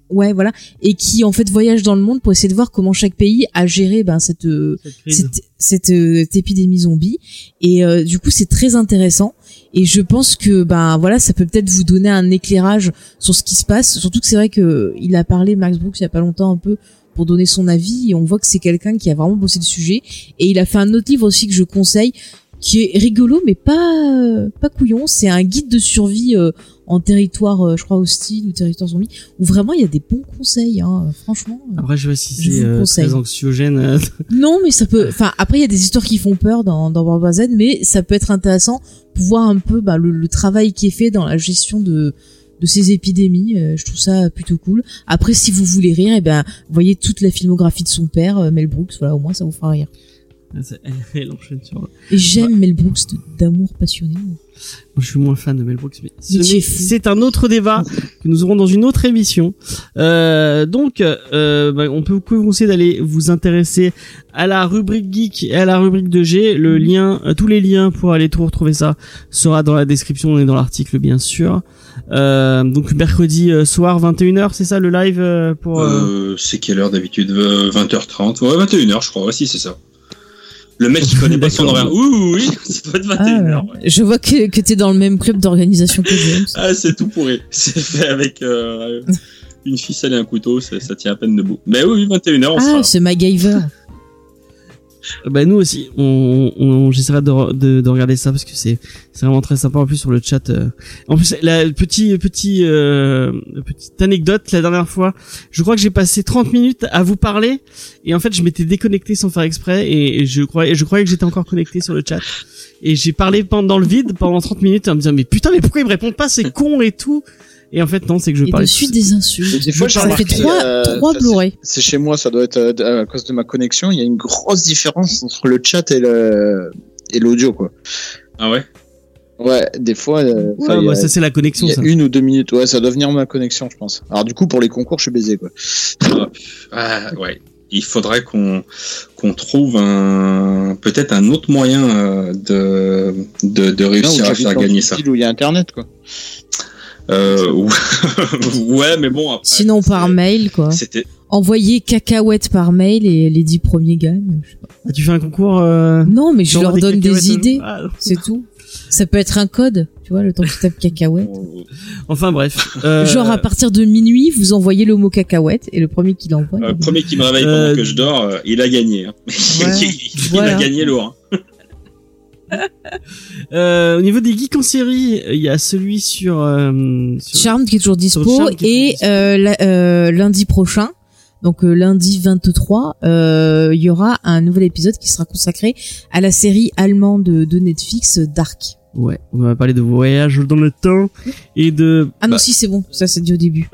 ouais, voilà, et qui en fait voyage dans le monde pour essayer de voir comment chaque pays a géré ben cette euh, cette, cette, cette, euh, cette épidémie zombie. Et euh, du coup, c'est très intéressant. Et je pense que ben voilà, ça peut peut-être vous donner un éclairage sur ce qui se passe. Surtout que c'est vrai que il a parlé Max Brooks il y a pas longtemps un peu pour donner son avis, et on voit que c'est quelqu'un qui a vraiment bossé le sujet. Et il a fait un autre livre aussi que je conseille, qui est rigolo mais pas euh, pas couillon. C'est un guide de survie euh, en territoire, euh, je crois hostile ou territoire zombie, où vraiment il y a des bons conseils. Hein, franchement. Après, je sais pas si je c'est euh, très anxiogène. Euh... Non, mais ça peut. Enfin, après il y a des histoires qui font peur dans dans World War Z, mais ça peut être intéressant pour voir un peu bah, le, le travail qui est fait dans la gestion de de ces épidémies. Euh, je trouve ça plutôt cool. Après, si vous voulez rire, et ben voyez toute la filmographie de son père, euh, Mel Brooks. Voilà, au moins ça vous fera rire. Elle enchaîne sur. Et j'aime ouais. Mel Brooks d'amour passionné. Je suis moins fan de Mel Brooks, mais ce c'est un autre débat que nous aurons dans une autre émission. Euh, donc, euh, bah, on peut vous conseiller d'aller vous intéresser à la rubrique geek et à la rubrique de G. Le lien, euh, tous les liens pour aller tout retrouver ça sera dans la description et dans l'article, bien sûr. Euh, donc mercredi euh, soir vingt et une heures, c'est ça le live euh, pour. Euh... Euh, c'est quelle heure d'habitude? vingt heures trente. Ouais, vingt et une heures, je crois. Ouais, si, c'est ça. Le mec qui connaît pas son horaire. Oui, oui, oui, ça doit être vingt et une heures. Ah, ouais. Je vois que, que t'es dans le même club d'organisation que James. Ah, c'est tout pourri. C'est fait avec euh, une ficelle et un couteau, ça, ça tient à peine debout. Mais oui, vingt et une heures, on ah, sera. Ah, c'est MacGyver. Bah nous aussi, on, on j'essaierai de, de, de regarder ça parce que c'est c'est vraiment très sympa. En plus sur le chat, euh... en plus la petit petit euh, petite anecdote, la dernière fois, je crois que j'ai passé trente minutes à vous parler et en fait je m'étais déconnecté sans faire exprès et je croyais je croyais que j'étais encore connecté sur le chat et j'ai parlé pendant le vide pendant trente minutes en me disant mais putain mais pourquoi ils me répondent pas, c'est con et tout. Et en fait non, c'est que je et parlais de suite des insultes. Des fois, ça fait trois euh, trois Blu-ray. C'est chez moi, ça doit être euh, à cause de ma connexion. Il y a une grosse différence entre le chat et le et l'audio, quoi. Ah ouais. Ouais, des fois. Euh, ouais, ouais, ça c'est la connexion. Il y a ça. une ou deux minutes. Ouais, ça doit venir ma connexion, je pense. Alors du coup, pour les concours, je suis baisé, quoi. Ah, ouais. Il faudrait qu'on qu'on trouve un peut-être un autre moyen euh, de de de réussir non, à faire gagner ça. Où il y a internet, quoi. Euh, ouais, mais bon. Après, sinon par mail, quoi. C'était. Envoyer cacahuètes par mail et les dix premiers gagnent. Je sais pas. Ah, tu fais un concours euh... Non, mais je leur des donne des idées. Ah, c'est tout. Ça peut être un code, tu vois, le temps que tu tapes cacahuète. Enfin bref. Euh... Genre à partir de minuit, vous envoyez le mot cacahuète et le premier qui l'envoie. Euh, le premier qui me réveille pendant euh... que je dors, euh, il a gagné. Hein. Ouais, il voilà. a gagné lourd. Hein. euh, au niveau des geeks en série, il y a celui sur, euh, sur Charmed qui est toujours dispo est et toujours dispo. Euh, la, euh, lundi prochain, donc euh, lundi vingt-trois, euh, il y aura un nouvel épisode qui sera consacré à la série allemande de, de Netflix Dark. Ouais, on va parler de voyage dans le temps et de... Ah non, bah... si, c'est bon, ça c'est dit au début.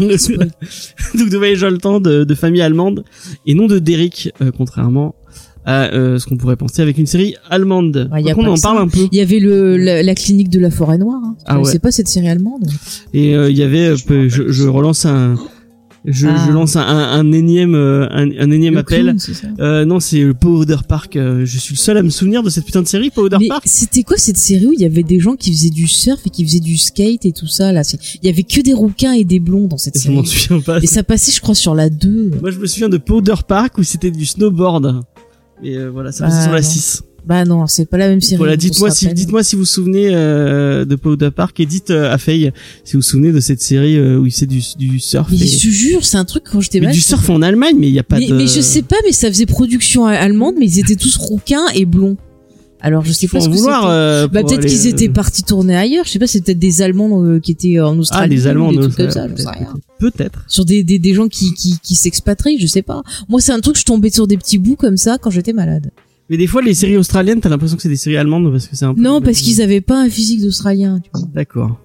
Donc de voyage dans le temps de, de famille allemande et non de Derrick, euh, contrairement à euh, ce qu'on pourrait penser avec une série allemande. Ah, Donc on en parle un peu. Il y avait le la, la clinique de la forêt noire. Hein. Ah ouais. C'est pas cette série allemande. Et euh, il y avait, euh, je, je relance un, je, ah. je lance un, un, un énième, un, un énième le appel. Clown, c'est ça. Euh, non, c'est le Powder Park. Euh, je suis le seul à me souvenir de cette putain de série, Powder Mais Park. C'était quoi cette série où il y avait des gens qui faisaient du surf et qui faisaient du skate et tout ça là. Il y avait que des rouquins et des blonds dans cette et série. Je m'en souviens pas. Et ça passait, je crois, sur la deux. Moi, je me souviens de Powder Park où c'était du snowboard. Et euh, voilà, ça passait bah, sur la non. six. Bah non, c'est pas la même série. Voilà, dites-moi si, dites-moi si vous vous souvenez euh, de Powder Park et dites euh, à Faye si vous vous souvenez de cette série euh, où il faisait du, du surf. Mais et... je te jure, c'est un truc quand j'étais mal. Du surf en Allemagne, mais il y a pas mais, de. Mais je sais pas, mais ça faisait production allemande, mais ils étaient tous rouquins et blonds. Alors je sais pas ce que vouloir, euh, bah peut-être aller... qu'ils étaient partis tourner ailleurs. Je sais pas, c'est peut-être des Allemands euh, qui étaient en Australie. Ah, des Allemands, des non, trucs comme ça, je sais rien. Peut-être. Sur des des des gens qui qui qui s'expatrient, je sais pas. Moi, c'est un truc, je tombais sur des petits bouts comme ça quand j'étais malade. Mais des fois, les séries australiennes, t'as l'impression que c'est des séries allemandes parce que c'est un peu... Non, parce qu'ils avaient pas un physique d'Australien, tu vois. D'accord.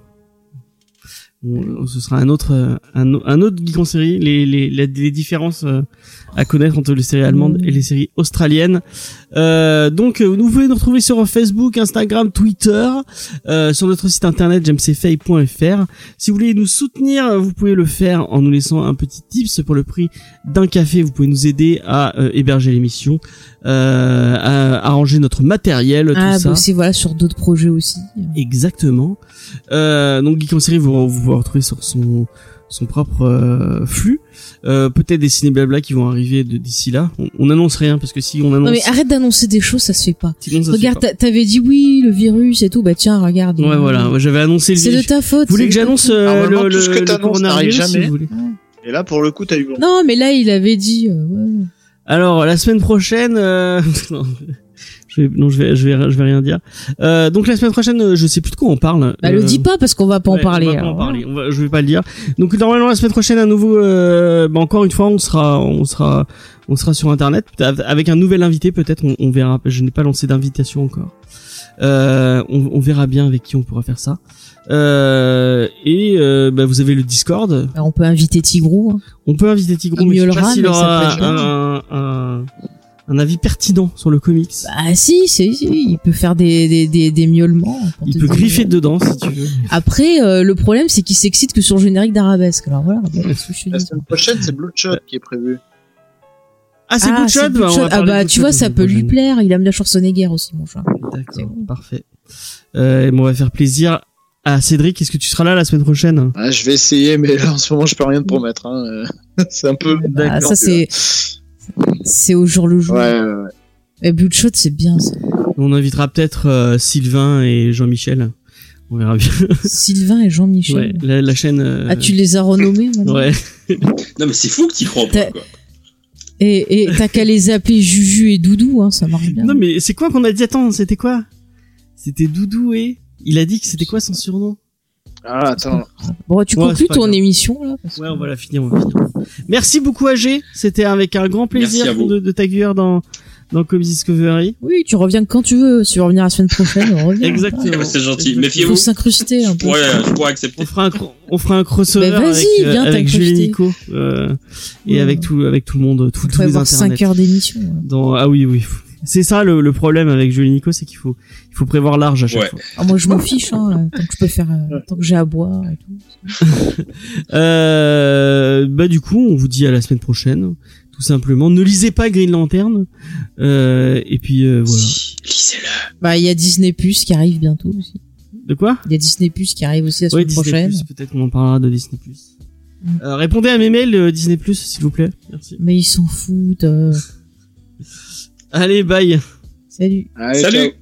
Bon, ce sera un autre, un, un autre geek en série, les, les, les, les différences à connaître entre les séries allemandes mmh. et les séries australiennes. Euh, donc, vous pouvez nous retrouver sur Facebook, Instagram, Twitter, euh, sur notre site internet james c fay point f r. Si vous voulez nous soutenir, vous pouvez le faire en nous laissant un petit tips pour le prix d'un café. Vous pouvez nous aider à euh, héberger l'émission, euh, à arranger notre matériel, ah, tout ça. Ah, aussi, voilà, sur d'autres projets aussi. Exactement. Euh, donc, Geek en série, vous, vous pouvez retrouver sur son son propre euh, flux. Euh, peut-être des ciné blabla qui vont arriver de, d'ici là. On, on annonce rien parce que si on annonce. Non mais arrête d'annoncer des choses, ça se fait pas. Sinon, ça Regarde, se fait pas. t'avais dit oui, le virus et tout, bah tiens, regarde. Ouais, voilà. Moi, j'avais annoncé le C'est virus. de ta faute. Vous voulez que c'est de ta j'annonce faute. euh, Alors, le, maintenant, le, tout ce que le t'annonces n'arrive coronavirus, jamais. si vous voulez. Et là, pour le coup, t'as eu bon. Non, mais là, il avait dit. Euh, ouais. Alors la semaine prochaine, euh... non, je vais, non, je vais, je vais, je vais rien dire. Euh, donc la semaine prochaine, euh, je sais plus de quoi on parle. Bah euh... le dis pas parce qu'on va pas ouais, en parler. On va pas alors, en parler. On va, je vais pas le dire. Donc normalement la semaine prochaine, à nouveau, euh... bah, encore une fois, on sera, on sera, on sera sur internet avec un nouvel invité peut-être. On, on verra. Je n'ai pas lancé d'invitation encore. Euh, on, on verra bien avec qui on pourra faire ça. Euh, et euh, bah, vous avez le Discord. Bah, on peut inviter Tigrou. Hein. On peut inviter Tigrou, Il mais je sais miaulera, pas s'il mais ça aura peut être bien. un, un, un avis pertinent sur le comics. Bah si, si, si, il peut faire des des des, des miaulements. pour Il te peut dire. griffer dedans si tu veux. Après, euh, le problème c'est qu'il s'excite que sur le générique d'Arabesque. Alors voilà. bah, qu'est-ce que je te La dis. semaine prochaine, c'est Bloodshot qui est prévu. Ah, c'est Ah, Bloodshot, c'est bah, on va Bloodshot. Ah parler bah de tu vois, Bloodshot ça la peut lui prochaine. plaire. Il aime bien Schwarzenegger aussi, mon chat. C'est D'accord, bon. parfait. Euh, et bon, on va faire plaisir à Cédric. Est-ce que tu seras là la semaine prochaine? Ah, je vais essayer, mais là, en ce moment, je peux rien te promettre. Hein. Euh, c'est un peu. Bah, ça c'est c'est au jour le jour. Ouais, ouais, ouais. Et Bloodshot c'est bien ça. On invitera peut-être euh, Sylvain et Jean-Michel. On verra bien. Sylvain et Jean-Michel. Ouais, la, la chaîne. euh, Ah tu les as renommés maintenant. Ouais. Non, mais c'est fou que t'y crois pas, T'as- quoi. Et et t'as qu'à les appeler Juju et Doudou, hein, ça marche bien. Non mais c'est quoi qu'on a dit? Attends, c'était quoi? C'était Doudou et il a dit que c'était quoi son surnom? Ah, attends. Bon, tu Ouais, conclus c'est pas ton grave. émission là. parce que- Ouais, on va la finir, on va finir. Merci beaucoup A G. C'était avec un grand plaisir Merci à vous. de, de t'accueillir dans dans Comics Discovery. Oui, tu reviens quand tu veux. Si tu veux revenir la semaine prochaine, on revient. Exactement. C'est gentil. Il Méfiez-vous. faut s'incruster un Je peu. pourrais, je pourrais accepter. On fera un, cro- on fera un crossover Mais vas-y, avec, euh, viens avec t'incruster. Jules et Nico, euh, et Ouais. avec tout, avec tout le monde, tout, On tous va les avoir internets. cinq heures d'émission. ouais. Dans, ah oui, oui. C'est ça le, le problème avec Jules et Nico, c'est qu'il faut, il faut prévoir large à chaque Ouais. fois. Ah, moi, je m'en fiche, hein, tant que je peux faire, euh, tant que j'ai à boire et tout. Euh, bah du coup, on vous dit à la semaine prochaine, tout simplement. Ne lisez pas Green Lantern, euh, et puis euh, voilà. Si, lisez-le. Bah, il y a Disney Plus qui arrive bientôt aussi. De quoi? Il y a Disney Plus qui arrive aussi la Ouais, semaine Disney prochaine. Plus, peut-être qu'on en parlera de Disney Plus. Mm. Euh, répondez à mes mails euh, Disney Plus, s'il vous plaît. Merci. Mais ils s'en foutent. euh. Allez, bye. Salut. Allez, Salut. ciao.